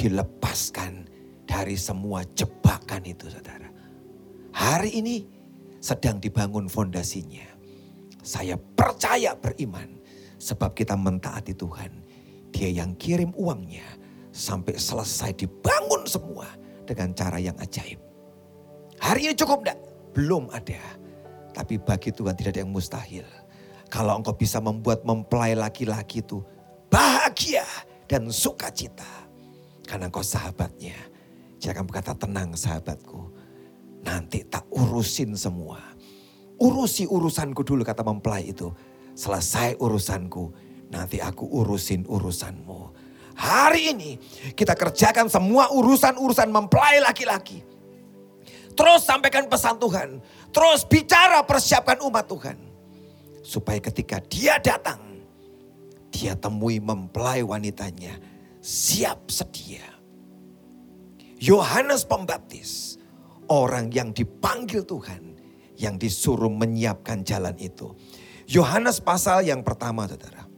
dilepaskan dari semua jebakan itu saudara. Hari ini sedang dibangun fondasinya. Saya percaya beriman sebab kita mentaati Tuhan. Dia yang kirim uangnya sampai selesai dibangun semua dengan cara yang ajaib. Hari ini cukup enggak? Belum ada. Tapi bagi Tuhan tidak ada yang mustahil. Kalau engkau bisa membuat mempelai laki-laki itu bahagia dan sukacita. Karena engkau sahabatnya. Dia akan berkata, tenang sahabatku. Nanti tak urusin semua. Urusi urusanku dulu, kata mempelai itu. Selesai urusanku, nanti aku urusin urusanmu. Hari ini kita kerjakan semua urusan-urusan mempelai laki-laki. Terus sampaikan pesan Tuhan. Terus bicara, persiapkan umat Tuhan. Supaya ketika dia datang, dia temui mempelai wanitanya siap sedia. Yohanes Pembaptis, orang yang dipanggil Tuhan, yang disuruh menyiapkan jalan itu. Yohanes pasal yang pertama, saudara.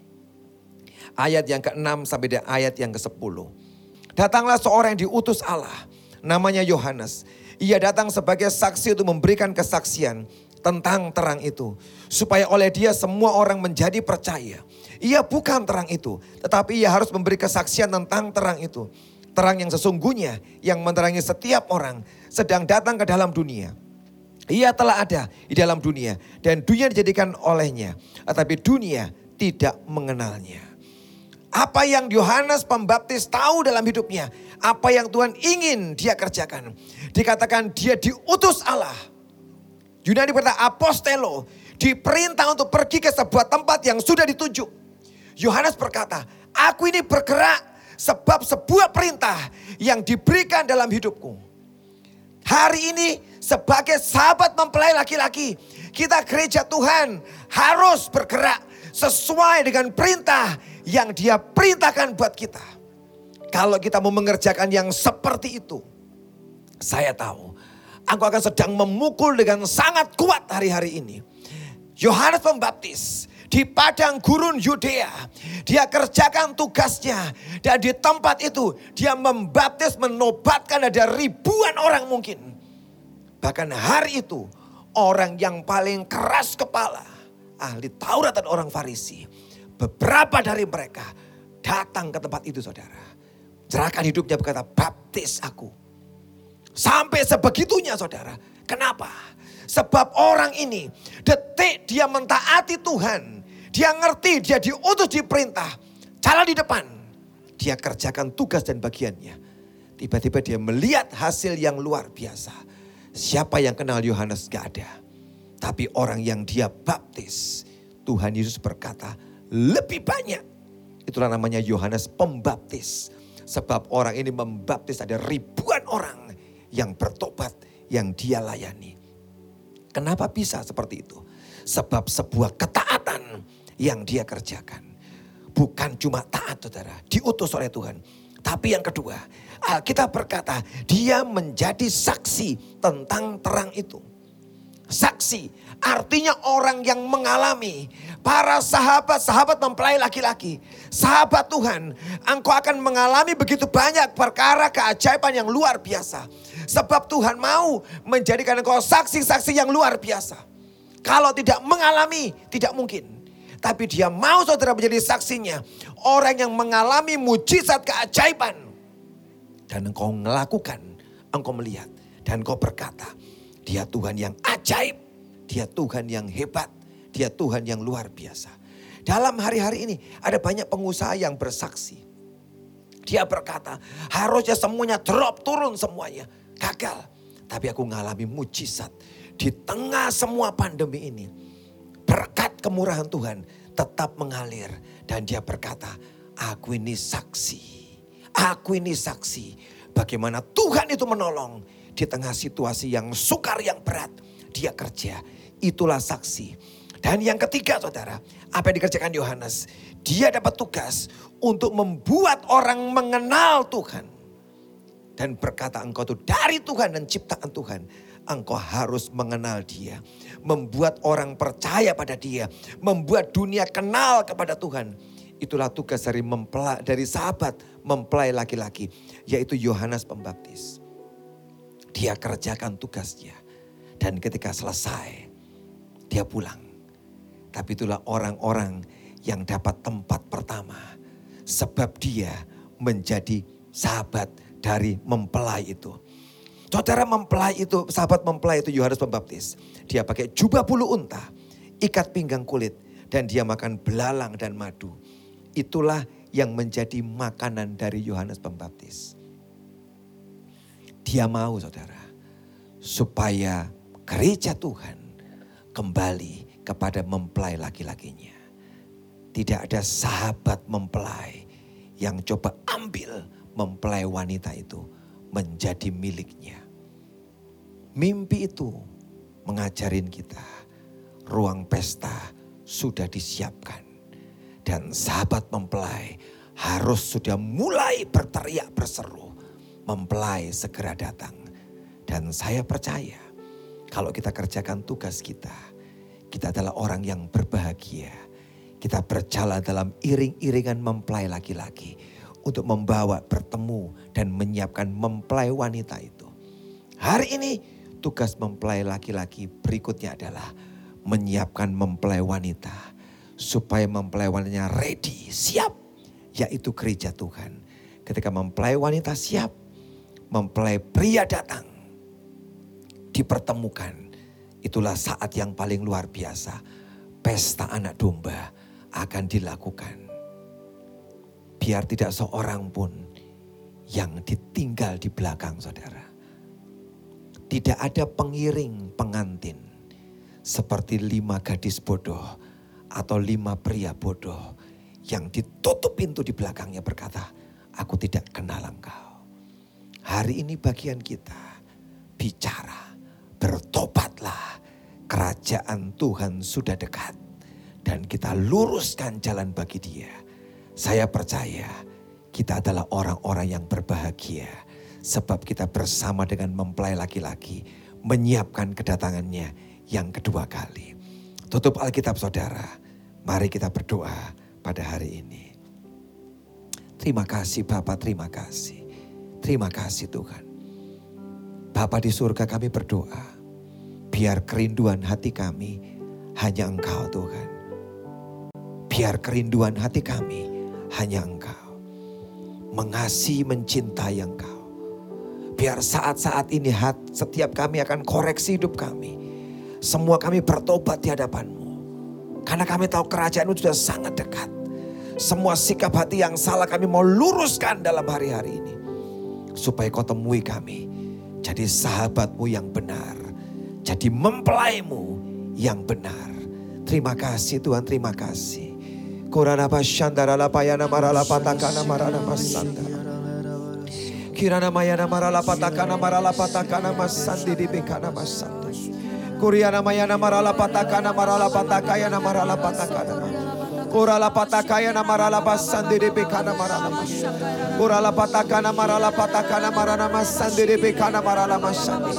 Ayat yang ke-6 sampai dengan ayat yang ke-10. Datanglah seorang yang diutus Allah, namanya Yohanes. Ia datang sebagai saksi untuk memberikan kesaksian tentang terang itu. Supaya oleh dia semua orang menjadi percaya. Ia bukan terang itu, tetapi ia harus memberi kesaksian tentang terang itu. Terang yang sesungguhnya yang menerangi setiap orang sedang datang ke dalam dunia. Ia telah ada di dalam dunia dan dunia dijadikan olehnya, tetapi dunia tidak mengenalnya. Apa yang Yohanes Pembaptis tahu dalam hidupnya, apa yang Tuhan ingin dia kerjakan. Dikatakan dia diutus Allah. Yunani berkata apostelo, diperintah untuk pergi ke sebuah tempat yang sudah ditunjuk. Yohanes berkata, aku ini bergerak sebab sebuah perintah yang diberikan dalam hidupku. Hari ini sebagai sahabat mempelai laki-laki, kita gereja Tuhan harus bergerak sesuai dengan perintah yang dia perintahkan buat kita. Kalau kita mau mengerjakan yang seperti itu, saya tahu aku akan sedang memukul dengan sangat kuat hari-hari ini. Yohanes Pembaptis di padang gurun Yudea, dia kerjakan tugasnya. Dan di tempat itu dia membaptis, menobatkan ada ribuan orang mungkin. Bahkan hari itu orang yang paling keras kepala, ahli Taurat dan orang Farisi, beberapa dari mereka datang ke tempat itu, saudara. Serahkan hidupnya, berkata, baptis aku. Sampai sebegitunya, saudara. Kenapa? Sebab orang ini detik dia mentaati Tuhan. Dia ngerti, dia diutus, diperintah. Jalan di depan. Dia kerjakan tugas dan bagiannya. Tiba-tiba dia melihat hasil yang luar biasa. Siapa yang kenal Yohanes? Gak ada. Tapi orang yang dia baptis, Tuhan Yesus berkata lebih banyak. Itulah namanya Yohanes Pembaptis. Sebab orang ini membaptis ada ribuan orang yang bertobat, yang dia layani. Kenapa bisa seperti itu? Sebab sebuah ketaatan yang dia kerjakan. Bukan cuma taat, saudara, diutus oleh Tuhan. Tapi yang kedua, Alkitab berkata dia menjadi saksi tentang terang itu. Saksi artinya orang yang mengalami. Para sahabat-sahabat mempelai laki-laki, sahabat Tuhan, engkau akan mengalami begitu banyak perkara keajaiban yang luar biasa. Sebab Tuhan mau menjadikan engkau saksi-saksi yang luar biasa. Kalau tidak mengalami, tidak mungkin. Tapi dia mau saudara menjadi saksinya. Orang yang mengalami mujizat keajaiban. Dan engkau melakukan, engkau melihat. Dan engkau berkata, dia Tuhan yang ajaib. Dia Tuhan yang hebat. Dia Tuhan yang luar biasa. Dalam hari-hari ini ada banyak pengusaha yang bersaksi. Dia berkata, harusnya semuanya drop, turun semuanya. Gagal. Tapi aku mengalami mujizat. Di tengah semua pandemi ini. Berkat kemurahan Tuhan tetap mengalir. Dan dia berkata, aku ini saksi. Aku ini saksi. Bagaimana Tuhan itu menolong. Di tengah situasi yang sukar, yang berat. Dia kerja. Itulah saksi. Dan yang ketiga, saudara. Apa yang dikerjakan Yohanes? Dia dapat tugas untuk membuat orang mengenal Tuhan. Dan berkata, engkau itu dari Tuhan dan ciptaan Tuhan. Engkau harus mengenal dia. Membuat orang percaya pada dia. Membuat dunia kenal kepada Tuhan. Itulah tugas dari sahabat mempelai laki-laki. Yaitu Yohanes Pembaptis. Dia kerjakan tugasnya. Dan ketika selesai, dia pulang. Tapi itulah orang-orang yang dapat tempat pertama. Sebab dia menjadi sahabat dari mempelai itu. Saudara, mempelai itu, sahabat mempelai itu Yohanes Pembaptis. Dia pakai jubah bulu unta, ikat pinggang kulit, dan dia makan belalang dan madu. Itulah yang menjadi makanan dari Yohanes Pembaptis. Dia mau, saudara, supaya gereja Tuhan kembali kepada mempelai laki-lakinya. Tidak ada sahabat mempelai yang coba ambil mempelai wanita itu menjadi miliknya. Mimpi itu mengajarin kita ruang pesta sudah disiapkan. Dan sahabat mempelai harus sudah mulai berteriak berseru. Mempelai segera datang. Dan saya percaya kalau kita kerjakan tugas kita adalah orang yang berbahagia. Kita berjalan dalam iring-iringan mempelai laki-laki untuk membawa, bertemu dan menyiapkan mempelai wanita itu. Hari ini tugas mempelai laki-laki berikutnya adalah menyiapkan mempelai wanita supaya mempelai wanitanya ready, siap, yaitu gereja Tuhan. Ketika mempelai wanita siap, mempelai pria datang, dipertemukan. Itulah saat yang paling luar biasa. Pesta anak domba akan dilakukan. Biar tidak seorang pun yang ditinggal di belakang, saudara. Tidak ada pengiring pengantin seperti 5 gadis bodoh atau 5 pria bodoh yang ditutup pintu di belakangnya berkata, aku tidak kenal engkau. Hari ini bagian kita bicara, bertobatlah, kerajaan Tuhan sudah dekat dan kita luruskan jalan bagi dia. Saya percaya kita adalah orang-orang yang berbahagia sebab kita bersama dengan mempelai laki-laki menyiapkan kedatangannya yang kedua kali. Tutup Alkitab, saudara. Mari kita berdoa pada hari ini. Terima kasih Bapa, terima kasih. Terima kasih Tuhan. Bapa di surga, kami berdoa. Biar kerinduan hati kami hanya Engkau Tuhan. Biar kerinduan hati kami hanya Engkau. Mengasihi, mencintai Engkau. Biar saat-saat ini setiap kami akan koreksi hidup kami. Semua kami bertobat di hadapan-Mu. Karena kami tahu kerajaan-Mu sudah sangat dekat. Semua sikap hati yang salah kami mau luruskan dalam hari-hari ini. Supaya Kau temui kami. Jadi sahabat-Mu yang benar. Jadi mempelai-Mu yang benar. Terima kasih Tuhan, terima kasih. Korana pashandara lapayana marala patakana marana masandara. Kirana mayana marala patakana marala patakana masandi di bekana masandi. Kuriana mayana marala patakana marala patakayana marala patakana. Kurala patakayana marala basandi di bekana marala mas. Kurala patakana marala patakana marana masandi di bekana marala masandi.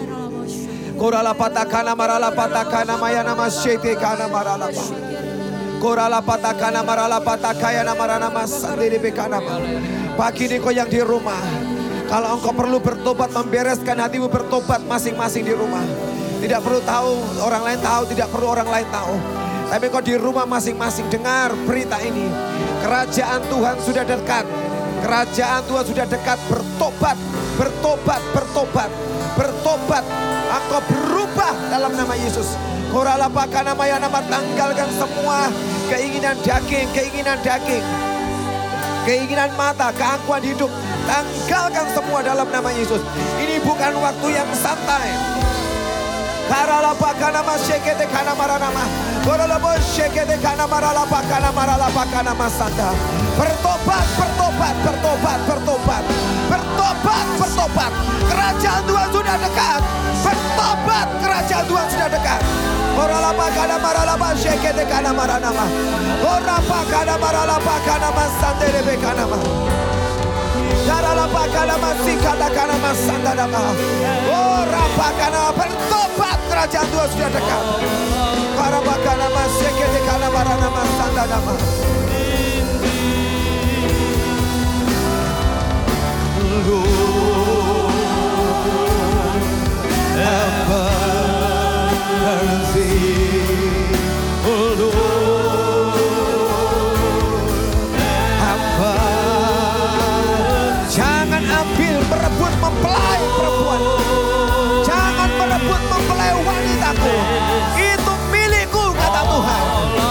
Kurala patakana marala patakana mayana masyete kana marala pa. Kurala patakana marala patakayana marana masandi di bekana marala. Pagi ini kau yang di rumah, kalau engkau perlu bertobat, membereskan hatimu bertobat masing-masing di rumah. Tidak perlu tahu, orang lain tahu, tidak perlu orang lain tahu. Tapi kau di rumah masing-masing dengar berita ini. Kerajaan Tuhan sudah dekat. Kerajaan Tuhan sudah dekat. Bertobat, bertobat, bertobat, bertobat. Engkau berubah dalam nama Yesus. Koralapaka namanya nama, tanggalkan semua keinginan daging, keinginan daging. Keinginan mata, keangkuhan hidup, tanggalkan semua dalam nama Yesus. Ini bukan waktu yang santai. Karalapaka nama syekete kana maranama. Koralabo syekete kana maralapaka nama maralapaka nama sanda. Bertobat, bertobat, bertobat, bertobat. Bertobat, bertobat. Kerajaan Tuhan sudah dekat. Bertobat, kerajaan Tuhan sudah dekat. Koralapaka nama maralapa syekete kana maranama. Korapaka nama maralapaka nama sandere bekanama. Karalapaka nama sikata kana masanda nama. Korapaka nama, bertobat, kerajaan Tuhan sudah dekat. Karapaka nama syekete kana maranama sanda nama. Hamba mercy, oh Lord, have mercy. Jangan ambil, merebut, mempelai perempuan. Jangan merebut, mempelai wanitaku. Itu milikku, kata Tuhan.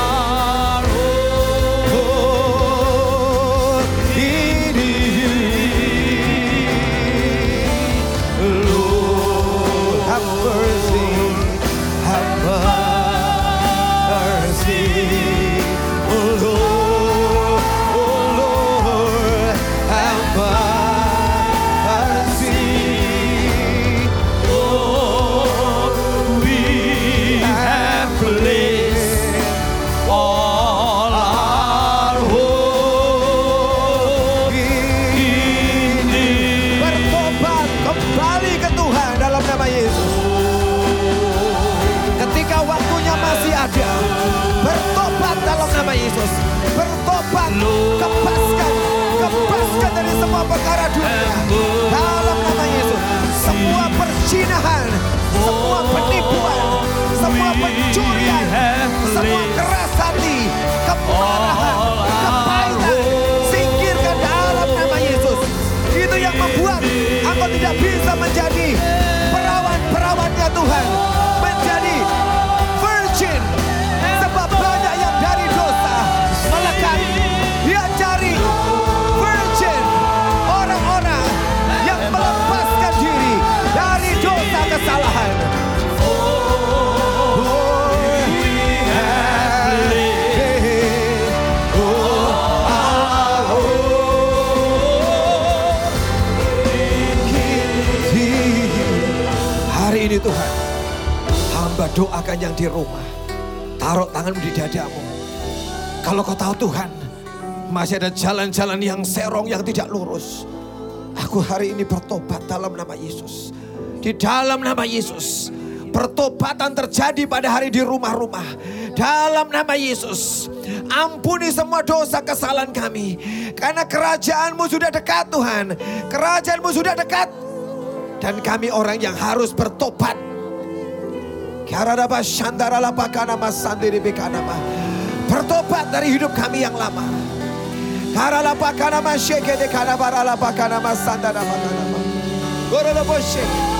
Yesus, bertobat, kebaskan dari semua perkara dunia dalam nama Yesus. Semua perzinahan, semua penipuan, semua pencurian, semua keras hati, kemarahan, kepahitan, singkirkan dalam nama Yesus. Itu yang membuat engkau tidak bisa menjadi perawan-perawannya Tuhan, menjadi virgin. Sebab banyak yang dari dosa melekat. Dia cari virgin, orang-orang yang melepaskan diri dari dosa kesalahan. Hari ini Tuhan, hamba doakan yang di rumah. Taruh tanganmu di dadamu. Kalau kau tahu Tuhan, masih ada jalan-jalan yang serong, yang tidak lurus. Aku hari ini bertobat dalam nama Yesus. Di dalam nama Yesus. Pertobatan terjadi pada hari di rumah-rumah. Dalam nama Yesus. Ampuni semua dosa kesalahan kami. Karena kerajaan-Mu sudah dekat Tuhan. Kerajaan-Mu sudah dekat. Dan kami orang yang harus bertobat. Bertobat dari hidup kami yang lama. Karalapakana masyeke de kanabara lapakana masanda nama. Gorolobosheke.